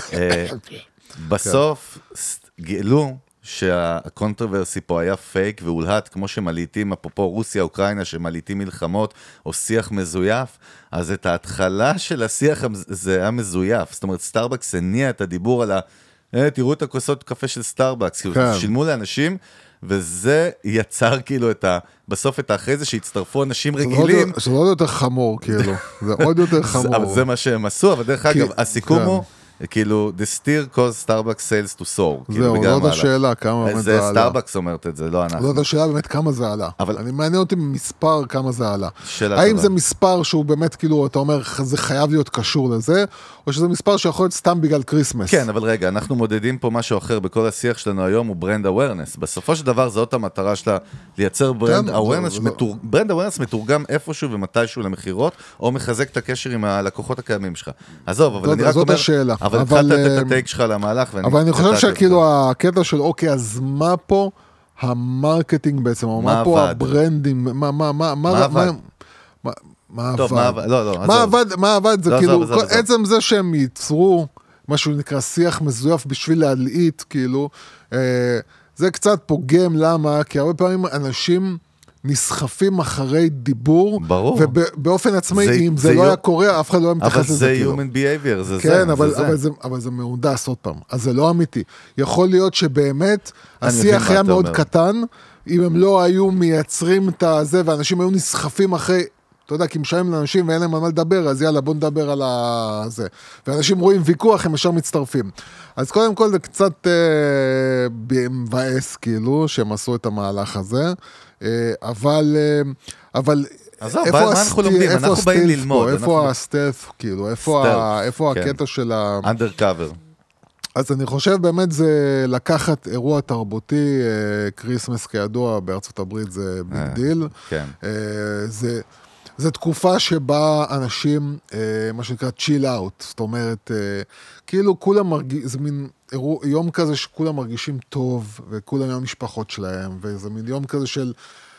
בסוף גילו שהקונטרוורסי פה היה פייק והולהט, כמו שמליטים, אפרופו רוסיה, אוקראינה, שמליטים מלחמות או שיח מזויף, אז את ההתחלה של השיח זה היה מזויף. זאת אומרת, סטארבקס הניע את הדיבור על תראו את הכוסות קפה של סטארבקס, כאילו שילמו לאנשים, וזה יצר כאילו בסוף את האחרי זה שהצטרפו אנשים רגילים. זה עוד יותר חמור, כאילו. זה עוד יותר חמור. אבל זה מה שהם עשו, אבל דרך אגב, הסיכום הוא, כאילו, the steer caused Starbucks sales to soar. זהו, זאת השאלה, כמה באמת זה עלה. זה סטארבקס אומרת את זה, לא אנחנו. זאת השאלה באמת כמה זה עלה. אני מעניין אותי מספר כמה זה עלה. האם זה מספר שהוא באמת, כאילו, אתה אומר, זה חייב להיות קשור לזה, או שזה מספר שיכול להיות סתם בגלל קריסמס? כן, אבל רגע, אנחנו מודדים פה משהו אחר, בכל השיח שלנו היום הוא ברנד אווירנס. בסופו של דבר, זאת המטרה שלה, לייצר ברנד אווירנס, ברנד אווירנס מתורגם איפשהו ומתישהו למחירות, או מחזק את הקשר עם הלקוחות הקיימים שלך. עזוב, אבל אני רק אומר, אבל התחלת את הטייק שלך למהלך, אבל אני חושב שכאילו הקטע של אוקיי, אז מה פה המרקטינג בעצם, או מה פה הברנדינג, מה עבד, זה כאילו, עצם זה שהם ייצרו משהו נקרא שיח מזויף בשביל להלעיט, כאילו, זה קצת פוגם, למה? כי הרבה פעמים אנשים נסחפים אחרי דיבור, ברור. ובאופן עצמאי, אם זה לא היה קורה, אף אחד לא היה מתייחס לזה. אבל זה human behavior, זה כן, אבל זה מהונדס עוד פעם, אז זה לא אמיתי. יכול להיות שבאמת, השיח היה מאוד קטן, אם הם לא היו מייצרים את זה, ואנשים היו נסחפים אחרי, אתה יודע, כי משאים לאנשים ואין להם על מה לדבר, אז יאללה, בוא נדבר על זה. ואנשים רואים ויכוח, הם ישר מצטרפים. אז קודם כל זה קצת מבאס, כאילו, שהם עשו את המהלך הזה, אבל מה אנחנו לומדים? אנחנו באים ללמוד. איפה הסטלף, כאילו, איפה הקטע של ה... undercover. אז אני חושב באמת זה לקחת אירוע תרבותי, קריסמס כידוע בארצות הברית זה ביג דיל. כן. זה תקופה שבה אנשים, מה שנקרא chill out, זאת אומרת, כאילו כולם מרגישים, זה מין יום כזה שכולם מרגישים טוב, וכולם עם המשפחות שלהם, וזה מין יום כזה של,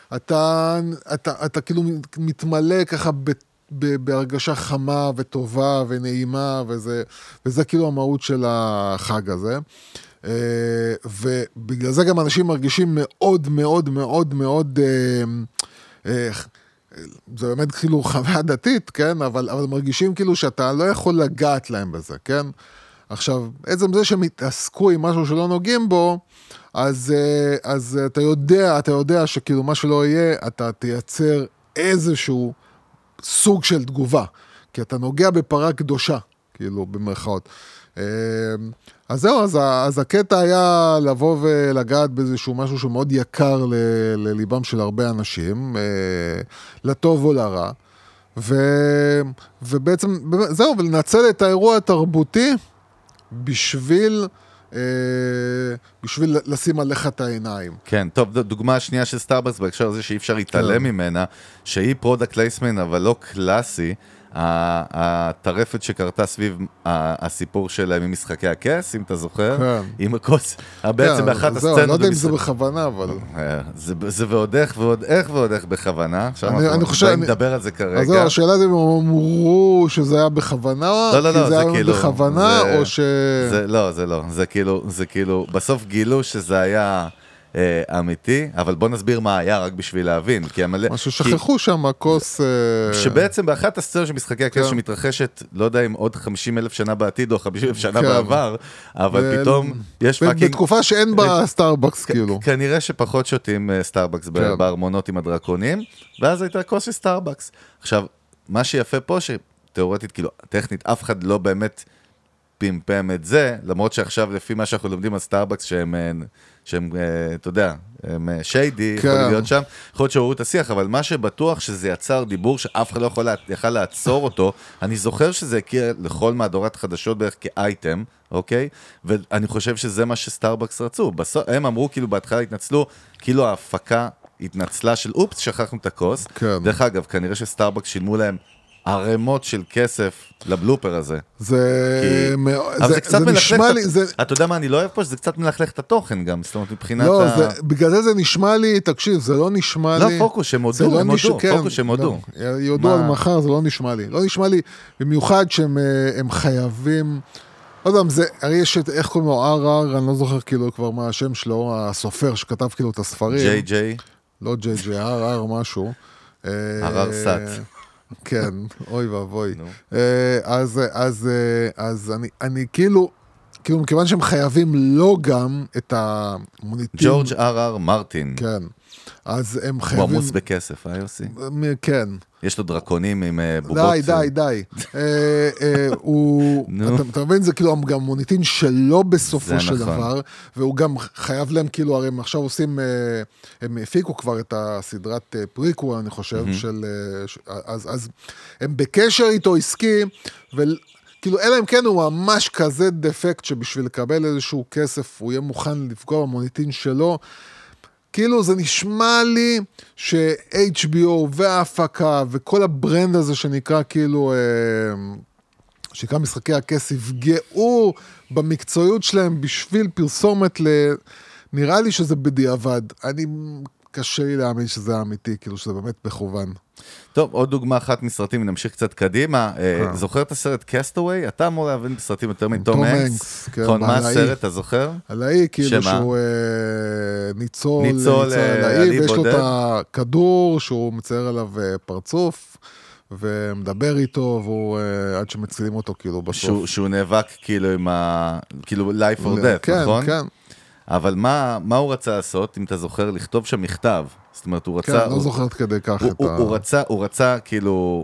אתה כאילו מתמלא ככה בהרגשה חמה וטובה ונעימה, וזה כאילו המהות של החג הזה. ובגלל זה גם אנשים מרגישים מאוד מאוד מאוד מאוד, זה באמת כאילו חוויה דתית, כן? אבל מרגישים כאילו שאתה לא יכול לגעת להם בזה, כן? עכשיו, עצם זה שמתעסקו עם משהו שלא נוגעים בו, אז אתה יודע שכאילו מה שלא יהיה, אתה תייצר איזשהו סוג של תגובה, כי אתה נוגע בפרה קדושה, כאילו במרכאות. אז זהו, אז הקטע היה לבוא ולגעת באיזשהו משהו שהוא מאוד יקר לליבם של הרבה אנשים, לטוב או לרע, ובעצם, זהו, ולנצל את האירוע התרבותי בשביל לשים עליך את העיניים. כן, טוב, דוגמה שנייה של סטארבקס בהקשר הזה שאי אפשר להתעלם ממנה, שהיא פרודקט פלייסמנט אבל לא קלאסי, הטרפת שקרתה סביב הסיפור שלהם עם משחקי הכס, אם אתה זוכר, עם הכוס, בעצם באחת הסצנות. אני לא יודע אם זה בכוונה, אבל... זה ועוד איך ועוד איך ועוד איך בכוונה, עכשיו אנחנו באים לדבר על זה כרגע. אז זהו, השאלה זה אם הם אמרו שזה היה בכוונה, כי זה היה בכוונה, או ש... לא, זה לא, זה כאילו, בסוף גילו שזה היה... אמיתי, אבל בוא נסביר מה היה רק בשביל להבין, משהו שכחו שם, הכוס... שבעצם באחת הסצנות של משחקי הכס שמתרחשת, לא יודע אם עוד 50,000 שנה בעתיד או 50,000 שנה בעבר, אבל פתאום יש פאקינג... בתקופה שאין בה סטארבקס, כאילו. כנראה שפחות שותים סטארבקס בארמונות עם הדרקונים, ואז הייתה כוס של סטארבקס. עכשיו, מה שיפה פה, שתיאורטית, כאילו, טכנית, אף אחד לא באמת פימפם את זה, למרות שעכשיו לפי מה שאנחנו לומדים על סטארבקס שהם, אתה יודע, הם שיידי, יכולים להיות שם, יכול להיות שהורו את השיח, אבל מה שבטוח שזה יצר דיבור שאף אחד לא יכול לעצור אותו, אני זוכר שזה הכיר לכל מהדורת חדשות בערך כאייטם, אוקיי? ואני חושב שזה מה שסטארבקס רצו. הם אמרו, כאילו בהתחלה התנצלו, כאילו ההפקה התנצלה של אופס, שכחנו את הכוס. דרך אגב, כנראה שסטארבקס שילמו להם ערימות של כסף לבלופר הזה. זה נשמע לי... אתה יודע מה אני לא אוהב פה? שזה קצת מלכלך את התוכן גם, זאת אומרת, מבחינת לא, בגלל זה נשמע לי, תקשיב, זה לא נשמע לי... לא, פוקוס, הם הודו, פוקוס, הם הודו. יודו על מחר, זה לא נשמע לי. לא נשמע לי, במיוחד שהם חייבים... לא יודע, הרי יש את, איך קוראים לו, RR, אני לא זוכר כאילו כבר מה השם שלו, הסופר שכתב כאילו את הספרים. JJ. לא JJ, RR משהו. RR סאט. כן, אוי ואבוי. אז אני כאילו מכיוון שהם חייבים לו גם את המוניטין. ג'ורג' R.R. מרטין. כן. אז הם חייבים... הוא עמוס בכסף, יוסי? כן. יש לו דרקונים עם בובות. די. אתה מבין, זה כאילו גם מוניטין שלו בסופו של דבר, והוא גם חייב להם, כאילו, הרי הם עכשיו עושים, הם הפיקו כבר את הסדרת פריקו, אני חושב, אז הם בקשר איתו עסקי, כאילו, אלא אם כן הוא ממש כזה דפקט, שבשביל לקבל איזשהו כסף, הוא יהיה מוכן לפגוע במוניטין שלו, כאילו זה נשמע לי ש-HBO וההפקה וכל הברנד הזה שנקרא כאילו, שנקרא משחקי הכס, יפגעו במקצועיות שלהם בשביל פרסומת נראה לי שזה בדיעבד. קשה לי להאמין שזה אמיתי, כאילו שזה באמת בכוון. טוב, עוד דוגמה אחת מסרטים, נמשיך קצת קדימה. זוכר את הסרט קסטווי? אתה אמור להבין בסרטים יותר מתום הנקס. נכון, מה הסרט, אתה זוכר? על האי, כאילו שהוא ניצול על האי, ויש לו את הכדור שהוא מצייר עליו פרצוף, ומדבר איתו, והוא עד שמצילים אותו כאילו בסוף. שהוא נאבק כאילו עם כאילו life or death, נכון? כן, כן. אבל מה הוא רצה לעשות, אם אתה זוכר, לכתוב שם מכתב? זאת אומרת, הוא רצה... כן, לא זוכרת כדי כך את ה... הוא רצה כאילו...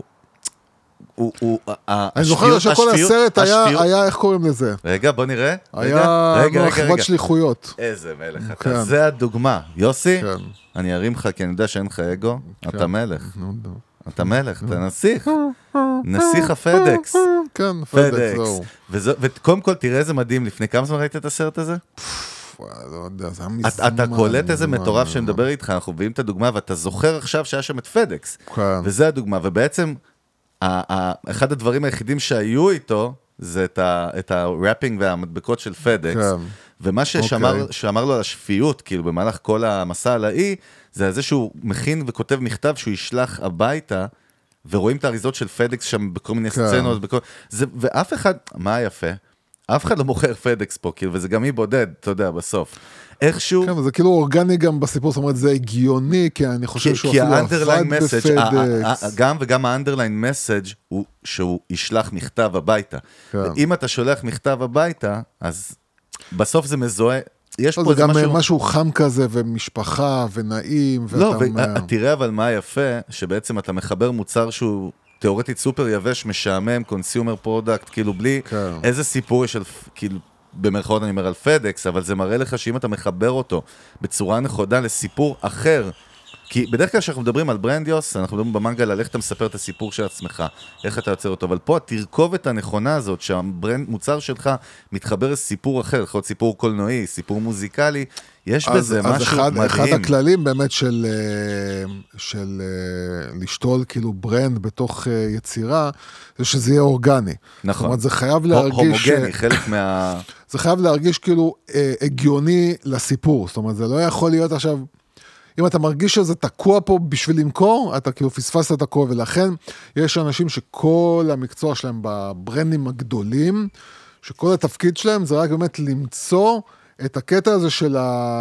אני זוכר שכל הסרט היה, איך קוראים לזה? רגע, בוא נראה. היה חברת שליחויות. איזה מלך אתה. זה הדוגמה. יוסי, אני ארים לך, כי אני יודע שאין לך אגו. אתה מלך. אתה מלך, אתה נסיך. נסיך הפדקס. כן, פדקס, זהו. וקודם כל, תראה איזה מדהים, לפני כמה זמן ראית את הסרט הזה? אתה קולט איזה מטורף שמדבר איתך, אנחנו מביאים את הדוגמה, ואתה זוכר עכשיו שהיה שם את פדקס, וזה הדוגמה, ובעצם, אחד הדברים היחידים שהיו איתו, זה את הראפינג והמדבקות של פדקס, ומה שאמר לו על השפיות, כאילו במהלך כל המסע על האי, זה זה שהוא מכין וכותב מכתב שהוא ישלח הביתה, ורואים את האריזות של פדקס שם בכל מיני סצנות, ואף אחד, מה יפה? אף אחד לא מוכר פדקס פה, כאילו, וזה גם היא בודד, אתה יודע, בסוף. איכשהו... כן, זה כאילו אורגני גם בסיפור, זאת אומרת, זה הגיוני, כי אני חושב שהוא אפילו עבד בפדקס. וגם האנדרליין מסאג' הוא שהוא ישלח מכתב הביתה. ואם אתה שולח מכתב הביתה, אז בסוף זה מזוהה, יש פה איזה משהו... זה גם משהו חם כזה, ומשפחה, ונעים, לא, תראה אבל מה יפה, שבעצם אתה מחבר מוצר שהוא... תיאורטית סופר יבש, משעמם, קונסיומר פרודקט, כאילו בלי איזה סיפור יש על, כאילו, במרכאות אני אומר על פדקס, אבל זה מראה לך שאם אתה מחבר אותו בצורה נכונה לסיפור אחר, כי בדרך כלל כשאנחנו מדברים על ברנדיוס, אנחנו מדברים במנגל על איך אתה מספר את הסיפור של עצמך, איך אתה יוצר אותו, אבל פה התרכובת הנכונה הזאת, שהמוצר שלך מתחבר לסיפור אחר, יכול להיות סיפור קולנועי, סיפור מוזיקלי, יש בזה משהו מדהים. אחד הכללים באמת של לשתול כאילו ברנד בתוך יצירה, זה שזה יהיה אורגני. נכון. זאת אומרת, זה חייב להרגיש... הומוגני, חלק מה... זה חייב להרגיש כאילו הגיוני לסיפור. זאת אומרת, זה לא יכול להיות עכשיו... אם אתה מרגיש שזה תקוע פה בשביל למכור, אתה כאילו פספסת את הכל, ולכן יש אנשים שכל המקצוע שלהם בברנדים הגדולים, שכל התפקיד שלהם זה רק באמת למצוא את הקטע הזה של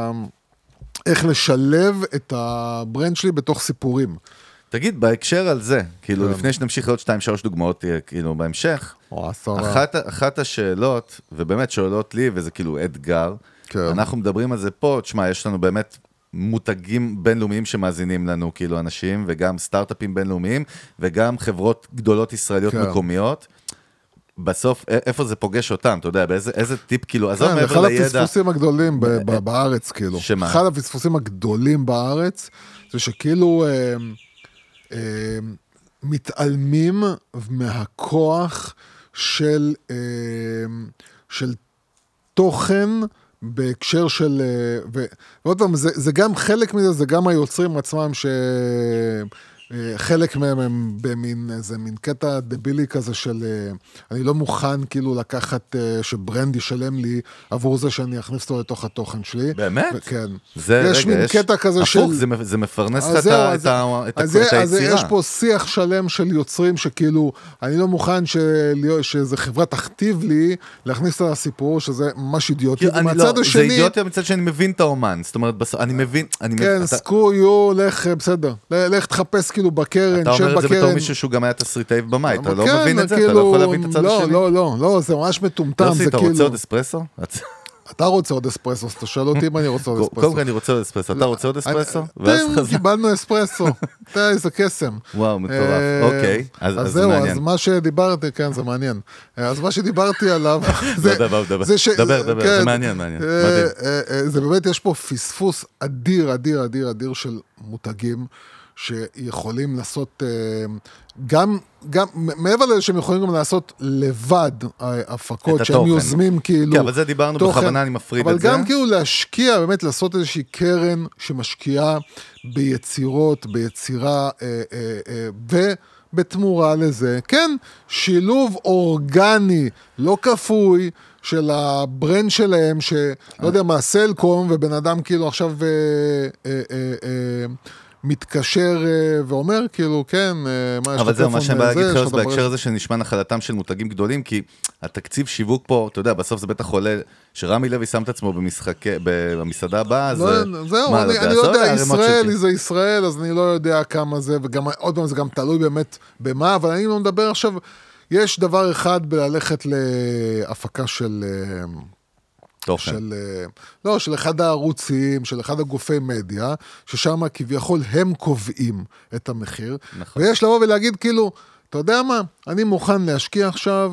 איך לשלב את הברנד שלי בתוך סיפורים. תגיד, בהקשר על זה, כאילו לפני שנמשיך עוד 2-3 דוגמאות, כאילו בהמשך, אחת השאלות, ובאמת שואלות לי, וזה כאילו אתגר, אנחנו מדברים על זה פה, תשמע, יש לנו באמת מותגים בינלאומיים שמאזינים לנו, כאילו אנשים, וגם סטארט-אפים בינלאומיים, וגם חברות גדולות ישראליות מקומיות. בסוף, איפה זה פוגש אותם, אתה יודע, באיזה טיפ, כאילו, עזוב מעבר לידע. אחד הפספוסים הגדולים בארץ, כאילו. שמה? אחד הפספוסים הגדולים בארץ, זה שכאילו מתעלמים מהכוח של תוכן, בהקשר של, ועוד פעם, זה גם חלק מזה, זה גם היוצרים עצמם חלק מהם הם במין, איזה מין קטע דבילי כזה של, אני לא מוכן כאילו לקחת, שברנד ישלם לי עבור זה שאני אכניס אותו לתוך התוכן שלי. באמת? כן. יש מין קטע כזה של... הפוך, זה מפרנס לך את היצירה. אז יש פה שיח שלם של יוצרים שכאילו, אני לא מוכן שזה חברה תכתיב לי להכניס את הסיפור, שזה ממש אידיוטי. זה אידיוטי מצד שאני מבין את האומן, זאת אומרת, אני מבין... כן, סקרו יו, לך, בסדר. לך תחפש כאילו בקרן, אתה אומר את זה בתור מישהו שהוא גם היה תסריטאי במאי, אתה לא מבין את זה? אתה לא יכול להבין את הצד השני? לא, זה ממש מטומטם. יוסי, אתה רוצה עוד אספרסו? אתה רוצה עוד אספרסו, אז אתה שואל אותי אם אני רוצה עוד אספרסו. קודם כל אני רוצה עוד אספרסו, אתה רוצה עוד אספרסו? קיבלנו אספרסו, תראה איזה קסם. וואו, מטורף, אוקיי, אז זהו, אז מה שדיברתי, כן, זה מעניין. אז מה שדיברתי עליו, דבר, זה מעניין, מדהים. זה באמת, יש פה פספוס אדיר של מותגים, שיכולים לעשות, גם מעבר לזה שהם יכולים גם לעשות לבד הפקות שהם יוזמים כאילו כן, אבל זה דיברנו בכוונה, אני מפריד את זה. אבל גם כאילו להשקיע, באמת לעשות איזושהי קרן שמשקיעה ביצירות, ביצירה, ובתמורה לזה, כן, שילוב אורגני, לא כפוי, של הברנד שלהם, שלא יודע מה, סלקום, ובן אדם כאילו עכשיו מתקשר ואומר, כאילו, כן, מה יש אבל זהו, מה שאני בא להגיד לך שאתה בהקשר הזה שנשמע נחלתם של מותגים גדולים, כי התקציב שיווק פה, אתה יודע, בסוף זה בטח עולה, שרמי לוי שם את עצמו במסעדה הבאה, זהו, אני יודע, ישראל זה ישראל, אז אני לא יודע כמה זה, וגם, עוד פעם, זה גם תלוי באמת במה, אבל אני לא מדבר עכשיו, יש דבר אחד בללכת להפקה של אחד הערוצים, של אחד הגופי מדיה, ששם כביכול הם קובעים את המחיר, נכון. ויש לבוא ולהגיד כאילו, אתה יודע מה, אני מוכן להשקיע עכשיו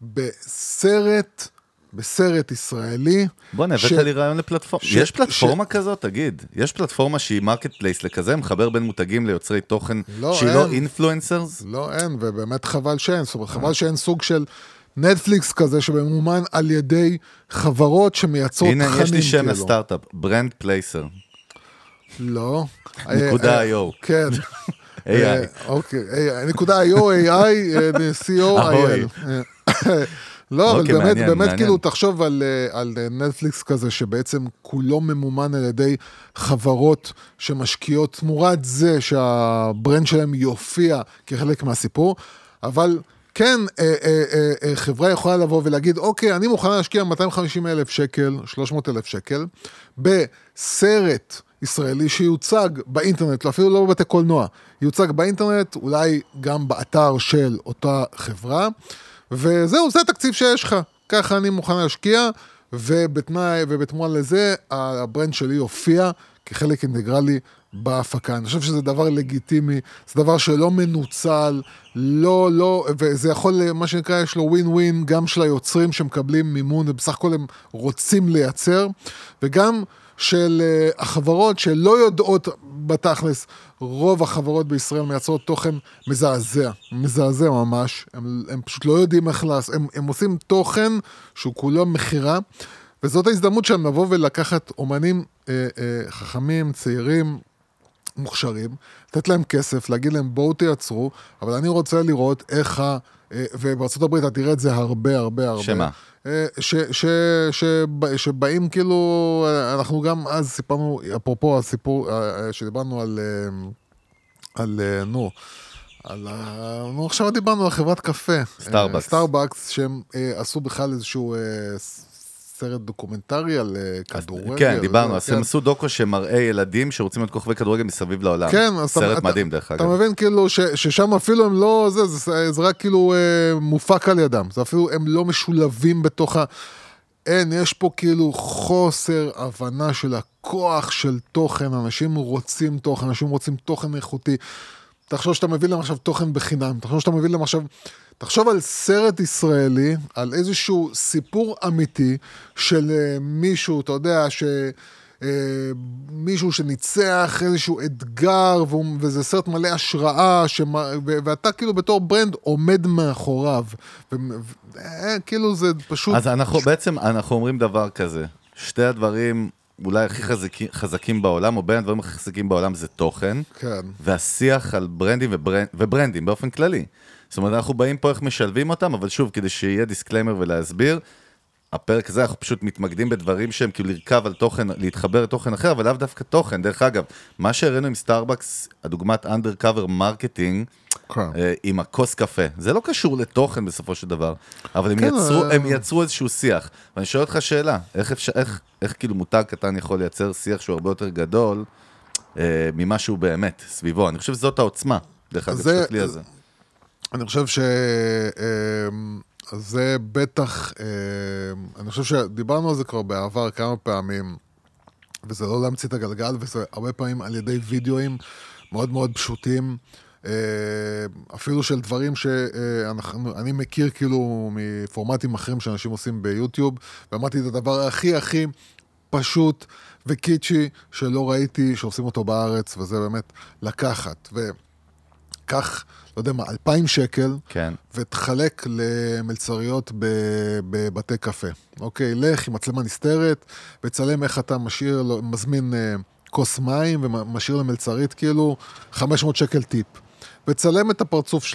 בסרט ישראלי. בוא נבאת לי רעיון לפלטפורמה. יש פלטפורמה כזאת, תגיד. יש פלטפורמה שהיא מרקט פלייס לכזה, מחבר בין מותגים ליוצרי תוכן שהיא לא אינפלואנסרס? לא, אין, ובאמת חבל שאין. זאת אומרת, חבל שאין סוג של נטפליקס כזה, שממומן על ידי חברות שמייצרות תכנים. הנה, יש לי שם לסטארט-אפ, ברנד פלייסר. לא. .io. כן. AI. אוקיי, .io, AI, CO.il. לא, אבל באמת כאילו תחשוב על נטפליקס כזה, שבעצם כולו ממומן על ידי חברות שמשקיעות תמורת זה שהברנד שלהם יופיע כחלק מהסיפור, אבל כן, חברה יכולה לבוא ולהגיד, אוקיי, אני מוכנה להשקיע 250,000 שקל, 300,000 שקל, בסרט ישראלי שיוצג באינטרנט, אפילו לא בבתי קולנוע, יוצג באינטרנט, אולי גם באתר של אותה חברה, וזהו, זה התקציב שיש לך. ככה אני מוכן להשקיע, ובתמורה לזה, הברנד שלי יופיע כחלק אינטגרלי בהפקה. אני חושב שזה דבר לגיטימי, זה דבר שלא מנוצל, וזה יכול, מה שנקרא, יש לו ווין ווין, גם של היוצרים שמקבלים מימון, ובסך הכל הם רוצים לייצר, וגם של החברות שלא יודעות בתכלס, רוב החברות בישראל מייצרות תוכן מזעזע ממש, הם פשוט לא יודעים איך לעשות, הם עושים תוכן שהוא כולו מחירה, וזאת ההזדמנות שלהם לבוא ולקחת אומנים חכמים, צעירים, מוכשרים, לתת להם כסף, להגיד להם בואו תייצרו, אבל אני רוצה לראות איך ובארצות הברית אתה תראה את זה הרבה. שמה? שבאים כאילו, אנחנו גם אז סיפרנו, אפרופו הסיפור שדיברנו עכשיו דיברנו על חברת קפה. סטארבקס, שהם עשו בכלל איזשהו סרט דוקומנטרי על כדורגל. כן, דיברנו, הם עשו דוקו שמראה ילדים שרוצים להיות כוכבי כדורגל מסביב לעולם. כן, סרט מדהים דרך אגב. אתה מבין כאילו ששם אפילו הם לא, זה רק כאילו מופק על ידם, זה אפילו הם לא משולבים בתוך יש פה כאילו חוסר הבנה של הכוח של תוכן, אנשים רוצים תוכן, אנשים רוצים תוכן איכותי, תחשוב שאתה מביא להם עכשיו תוכן בחינם, תחשוב על סרט ישראלי, על איזשהו סיפור אמיתי של מישהו, אתה יודע, מישהו שניצח איזשהו אתגר, וזה סרט מלא השראה, ואתה כאילו בתור ברנד עומד מאחוריו, כאילו זה פשוט... אז אנחנו אומרים דבר כזה, שתי הדברים אולי הכי חזקים בעולם, או בין הדברים הכי חזקים בעולם זה תוכן, כן. והשיח על ברנדים וברנדים באופן כללי. זאת אומרת, אנחנו באים פה איך משלבים אותם, אבל שוב, כדי שיהיה דיסקליימר ולהסביר, הפרק הזה אנחנו פשוט מתמקדים בדברים שהם כאילו לרכב על תוכן, להתחבר לתוכן אחר, אבל לאו דווקא תוכן. דרך אגב, מה שהראינו עם סטארבקס, הדוגמת undercover marketing, עם הכוס קפה, זה לא קשור לתוכן בסופו של דבר, אבל הם יצרו איזשהו שיח. ואני שואל אותך שאלה, איך כאילו מותג קטן יכול לייצר שיח שהוא הרבה יותר גדול, ממה שהוא באמת סביבו? אני חושב שזאת העוצמה, דרך אגב, של הכלי הזה. אני חושב זה בטח, אני חושב שדיברנו על זה כבר בעבר כמה פעמים, וזה לא להמציא את הגלגל, וזה הרבה פעמים על ידי וידאוים מאוד מאוד פשוטים, אפילו של דברים שאני מכיר כאילו מפורמטים אחרים שאנשים עושים ביוטיוב, ואמרתי את הדבר הכי פשוט וקיצ'י שלא ראיתי שעושים אותו בארץ, וזה באמת לקחת, וכך לא יודע מה, 2,000 שקל, כן. ותחלק למלצריות בבתי קפה. אוקיי, לך עם מצלמה נסתרת, וצלם איך אתה מזמין כוס מים, ומשאיר למלצרית כאילו 500 שקל טיפ. וצלם את הפרצוף שלה.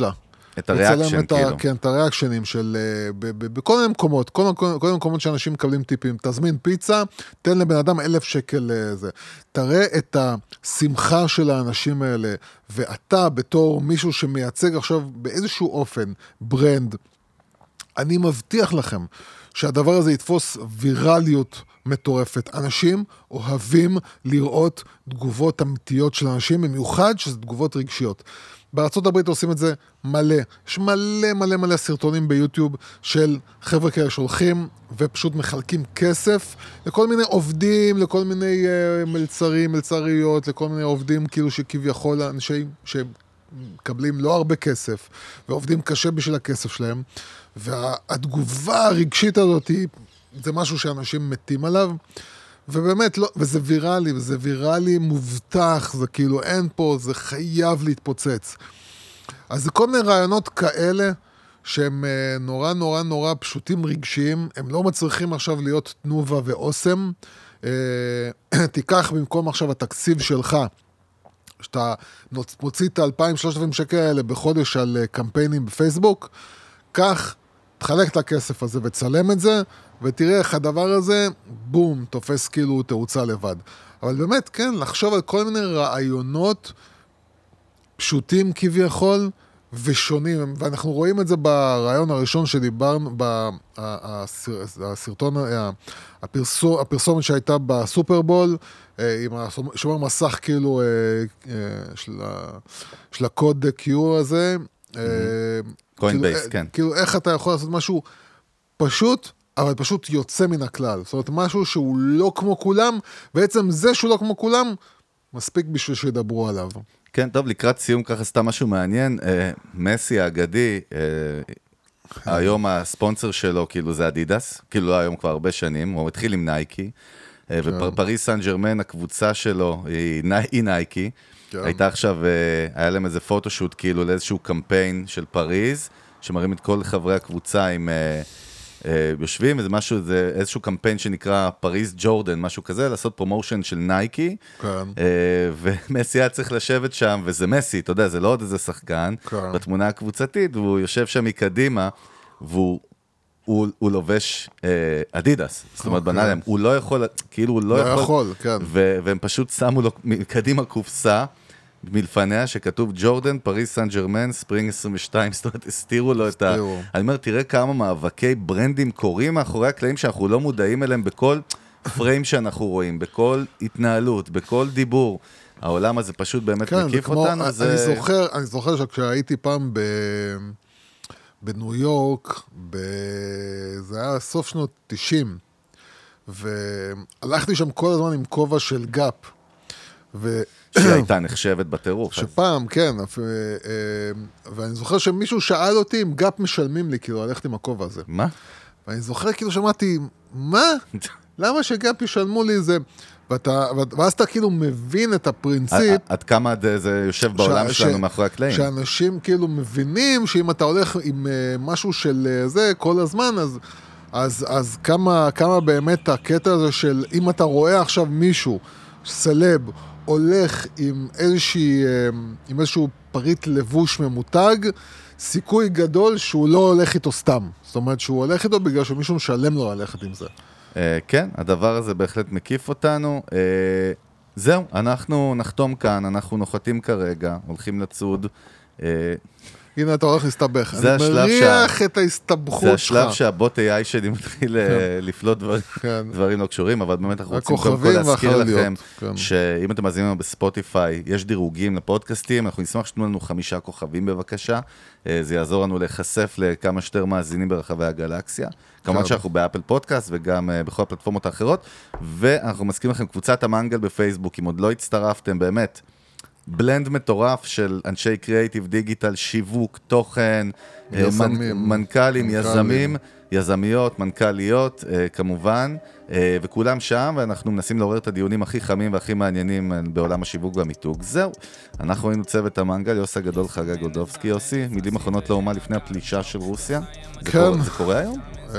את הריאקשן, כאילו. כן, את הריאקשנים של, בכל מיני מקומות, כל מיני מקומות שאנשים מקבלים טיפים, תזמין פיצה, תן לבן אדם 1,000 שקל לזה. תראה את השמחה של האנשים האלה, ואתה בתור מישהו שמייצג עכשיו באיזשהו אופן, ברנד, אני מבטיח לכם שהדבר הזה יתפוס וירליות מטורפת. אנשים אוהבים לראות תגובות אמיתיות של אנשים, במיוחד שזה תגובות רגשיות. בארצות הברית עושים את זה מלא. יש מלא סרטונים ביוטיוב של חבר'ה כאלה שהולכים ופשוט מחלקים כסף לכל מיני עובדים, לכל מיני מלצריות, לכל מיני עובדים כאילו שכביכול אנשים שמקבלים לא הרבה כסף ועובדים קשה בשביל הכסף שלהם. והתגובה הרגשית הזאת זה משהו שאנשים מתים עליו. ובאמת לא, וזה ויראלי מובטח, זה כאילו אין פה, זה חייב להתפוצץ. אז זה כל מיני רעיונות כאלה, שהם נורא פשוטים רגשיים, הם לא מצריכים עכשיו להיות תנובה ואוסם, תיקח במקום עכשיו התקציב שלך, שאתה מוציא את 2,000-3,000 שקל האלה בחודש על קמפיינים בפייסבוק, כך, תחלק את הכסף הזה וצלם את זה, ותראה איך הדבר הזה, בום, תופס כאילו תאוצה לבד. אבל באמת, כן, לחשוב על כל מיני רעיונות פשוטים כביכול ושונים, ואנחנו רואים את זה ברעיון הראשון שדיברנו, הסרטון, הפרסומת שהייתה בסופרבול, עם שומר מסך כאילו של הקוד Q הזה, קוינבייס, כן. כאילו איך אתה יכול לעשות משהו פשוט, אבל פשוט יוצא מן הכלל. זאת אומרת, משהו שהוא לא כמו כולם, בעצם זה שהוא לא כמו כולם, מספיק בשביל שידברו עליו. כן, טוב, לקראת סיום ככה סתם משהו מעניין, מסי האגדי, היום הספונסר שלו, כאילו זה אדידס, כאילו לא היום כבר הרבה שנים, הוא התחיל עם נייקי, ופריס סן ג'רמן, הקבוצה שלו, היא נייקי, הייתה עכשיו, היה להם איזה פוטושוט, כאילו לאיזשהו קמפיין של פריז, שמראים את כל חברי הקבוצה עם יושבים, וזה משהו, זה איזשהו קמפיין שנקרא פריז ג'ורדן, משהו כזה, לעשות פרומושן של נייקי, ומסי היה צריך לשבת שם, וזה מסי, אתה יודע, זה לא עוד איזה שחקן, בתמונה הקבוצתית, והוא יושב שם מקדימה, והוא לובש אדידס, זאת אומרת, בנה להם, הוא לא יכול, כאילו הוא לא יכול, והם פשוט שמו לו מקדימה קופסה, מלפניה שכתוב ג'ורדן, פריס סן ג'רמן, ספרינג 22, זאת אומרת, הסתירו לו את ה... אני אומר, תראה כמה מאבקי ברנדים קורים מאחורי הקלעים שאנחנו לא מודעים אליהם בכל פריים שאנחנו רואים, בכל התנהלות, בכל דיבור. העולם הזה פשוט באמת מקיף אותנו. אני זוכר שכשהייתי פעם בניו יורק, זה היה סוף שנות 90, והלכתי שם כל הזמן עם כובע של גאפ, שהייתה נחשבת בטירוף. שפעם, כן, ואני זוכר שמישהו שאל אותי אם גאפ משלמים לי, כאילו, הלכתי עם הכובע הזה. מה? ואני זוכר, כאילו, שמעתי, מה? למה שגאפ ישלמו לי זה? ואז אתה כאילו מבין את הפרינציפ. עד כמה זה יושב בעולם שלנו מאחורי הקלעים. שאנשים כאילו מבינים שאם אתה הולך עם משהו של זה כל הזמן, אז כמה באמת הקטע הזה של אם אתה רואה עכשיו מישהו, סלב, הולך עם איזשהו פריט לבוש ממותג, סיכוי גדול שהוא לא הולך איתו סתם. זאת אומרת שהוא הולך איתו בגלל שמישהו משלם לו ללכת עם זה. כן, הדבר הזה בהחלט מקיף אותנו. זהו, אנחנו נחתום כאן, אנחנו נוחתים כרגע, הולכים לצוד. הנה אתה הולך להסתבך. אני מריח את ההסתבכות שלך. זה השלב שהבוט AI שלי מתחיל לפלוט דברים לא קשורים, אבל באמת אנחנו רוצים קודם כל להזכיר לכם, שאם אתם מאזינים לנו בספוטיפיי, יש דירוגים לפודקאסטים, אנחנו נשמח שתנו לנו 5 כוכבים בבקשה, זה יעזור לנו להיחשף לכמה שיותר מאזינים ברחבי הגלקסיה, כמובן שאנחנו באפל פודקאסט וגם בכל הפלטפורמות האחרות, ואנחנו מזכירים לכם קבוצת המנגל בפייסבוק, אם עוד לא הצטרפתם, באמת, בלנד מטורף של אנשי קריאיטיב דיגיטל, שיווק, תוכן, מנכ"לים, יזמים, יזמיות, מנכ"ליות, כמובן, וכולם שם, ואנחנו מנסים לעורר את הדיונים הכי חמים והכי מעניינים בעולם השיווק והמיתוג. זהו, אנחנו היינו צוות המנגל, יוסי הגדול, חגה גולדובסקי. יוסי, מילים אחרונות לאומה לפני הפלישה של רוסיה? כן. זה קורה היום?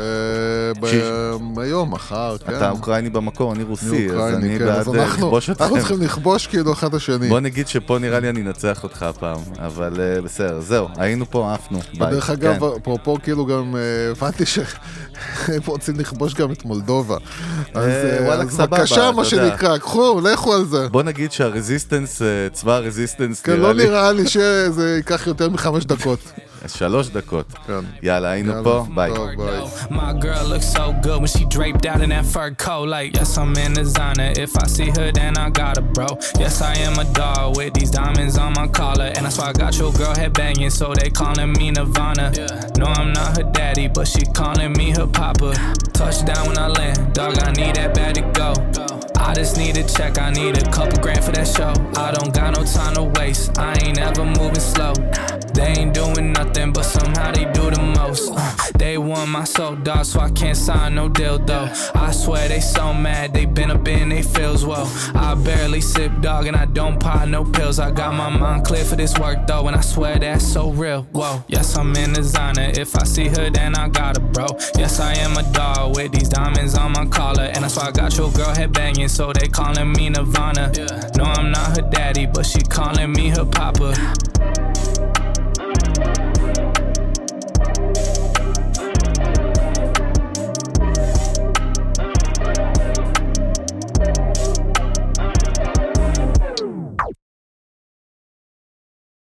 היום, מחר, כן. אתה אוקראיני במקור, אני רוסי, אז אני כן. בעד לכבוש אתכם. אנחנו צריכים לכבוש כאילו אחד השני. בוא נגיד שפה נראה לי אני נצח אותך הפעם, אבל בסדר, זהו, היינו פה, עפנו, ביי. דרך אגב, פה כאילו גם הבנתי שהם רוצים לכבוש גם את מולדובה. אז בבקשה, מה שנקרא, קחו, לכו על זה. בוא נגיד שהרזיסטנס, צבא הרזיסטנס, כן, לא נראה לי שזה ייקח יותר מ5 דקות. 3 דקות. כן. יאללה, היינו פה, ביי. My girl looks so good when she draped out in that fur coat. Like, yes, I'm in designer. If I see her, then I got her, bro. Yes, I am a dog with these diamonds on my collar. And that's why I got your girl head banging, so they calling me Nirvana. No, I'm not her daddy, but she calling me her papa. Touchdown when I land, dog, I need that bad to go. I just need a check, I need a couple grand for that show. I don't got no time to waste, I ain't ever moving slow. They ain't doing nothing, but somehow they do the most. They want my soul, dog, so I can't sign no deal, though. I swear they so mad, they been up in they feels, whoa. I barely sip, dog, and I don't pop no pills. I got my mind clear for this work, though, and I swear that's so real, whoa. Yes, I'm in designer, if I see her, then I got her, bro. Yes, I am a dog with these diamonds on my collar, and that's why I got your girl head banging, so they calling me Nirvana. No, I'm not her daddy, but she calling me her papa.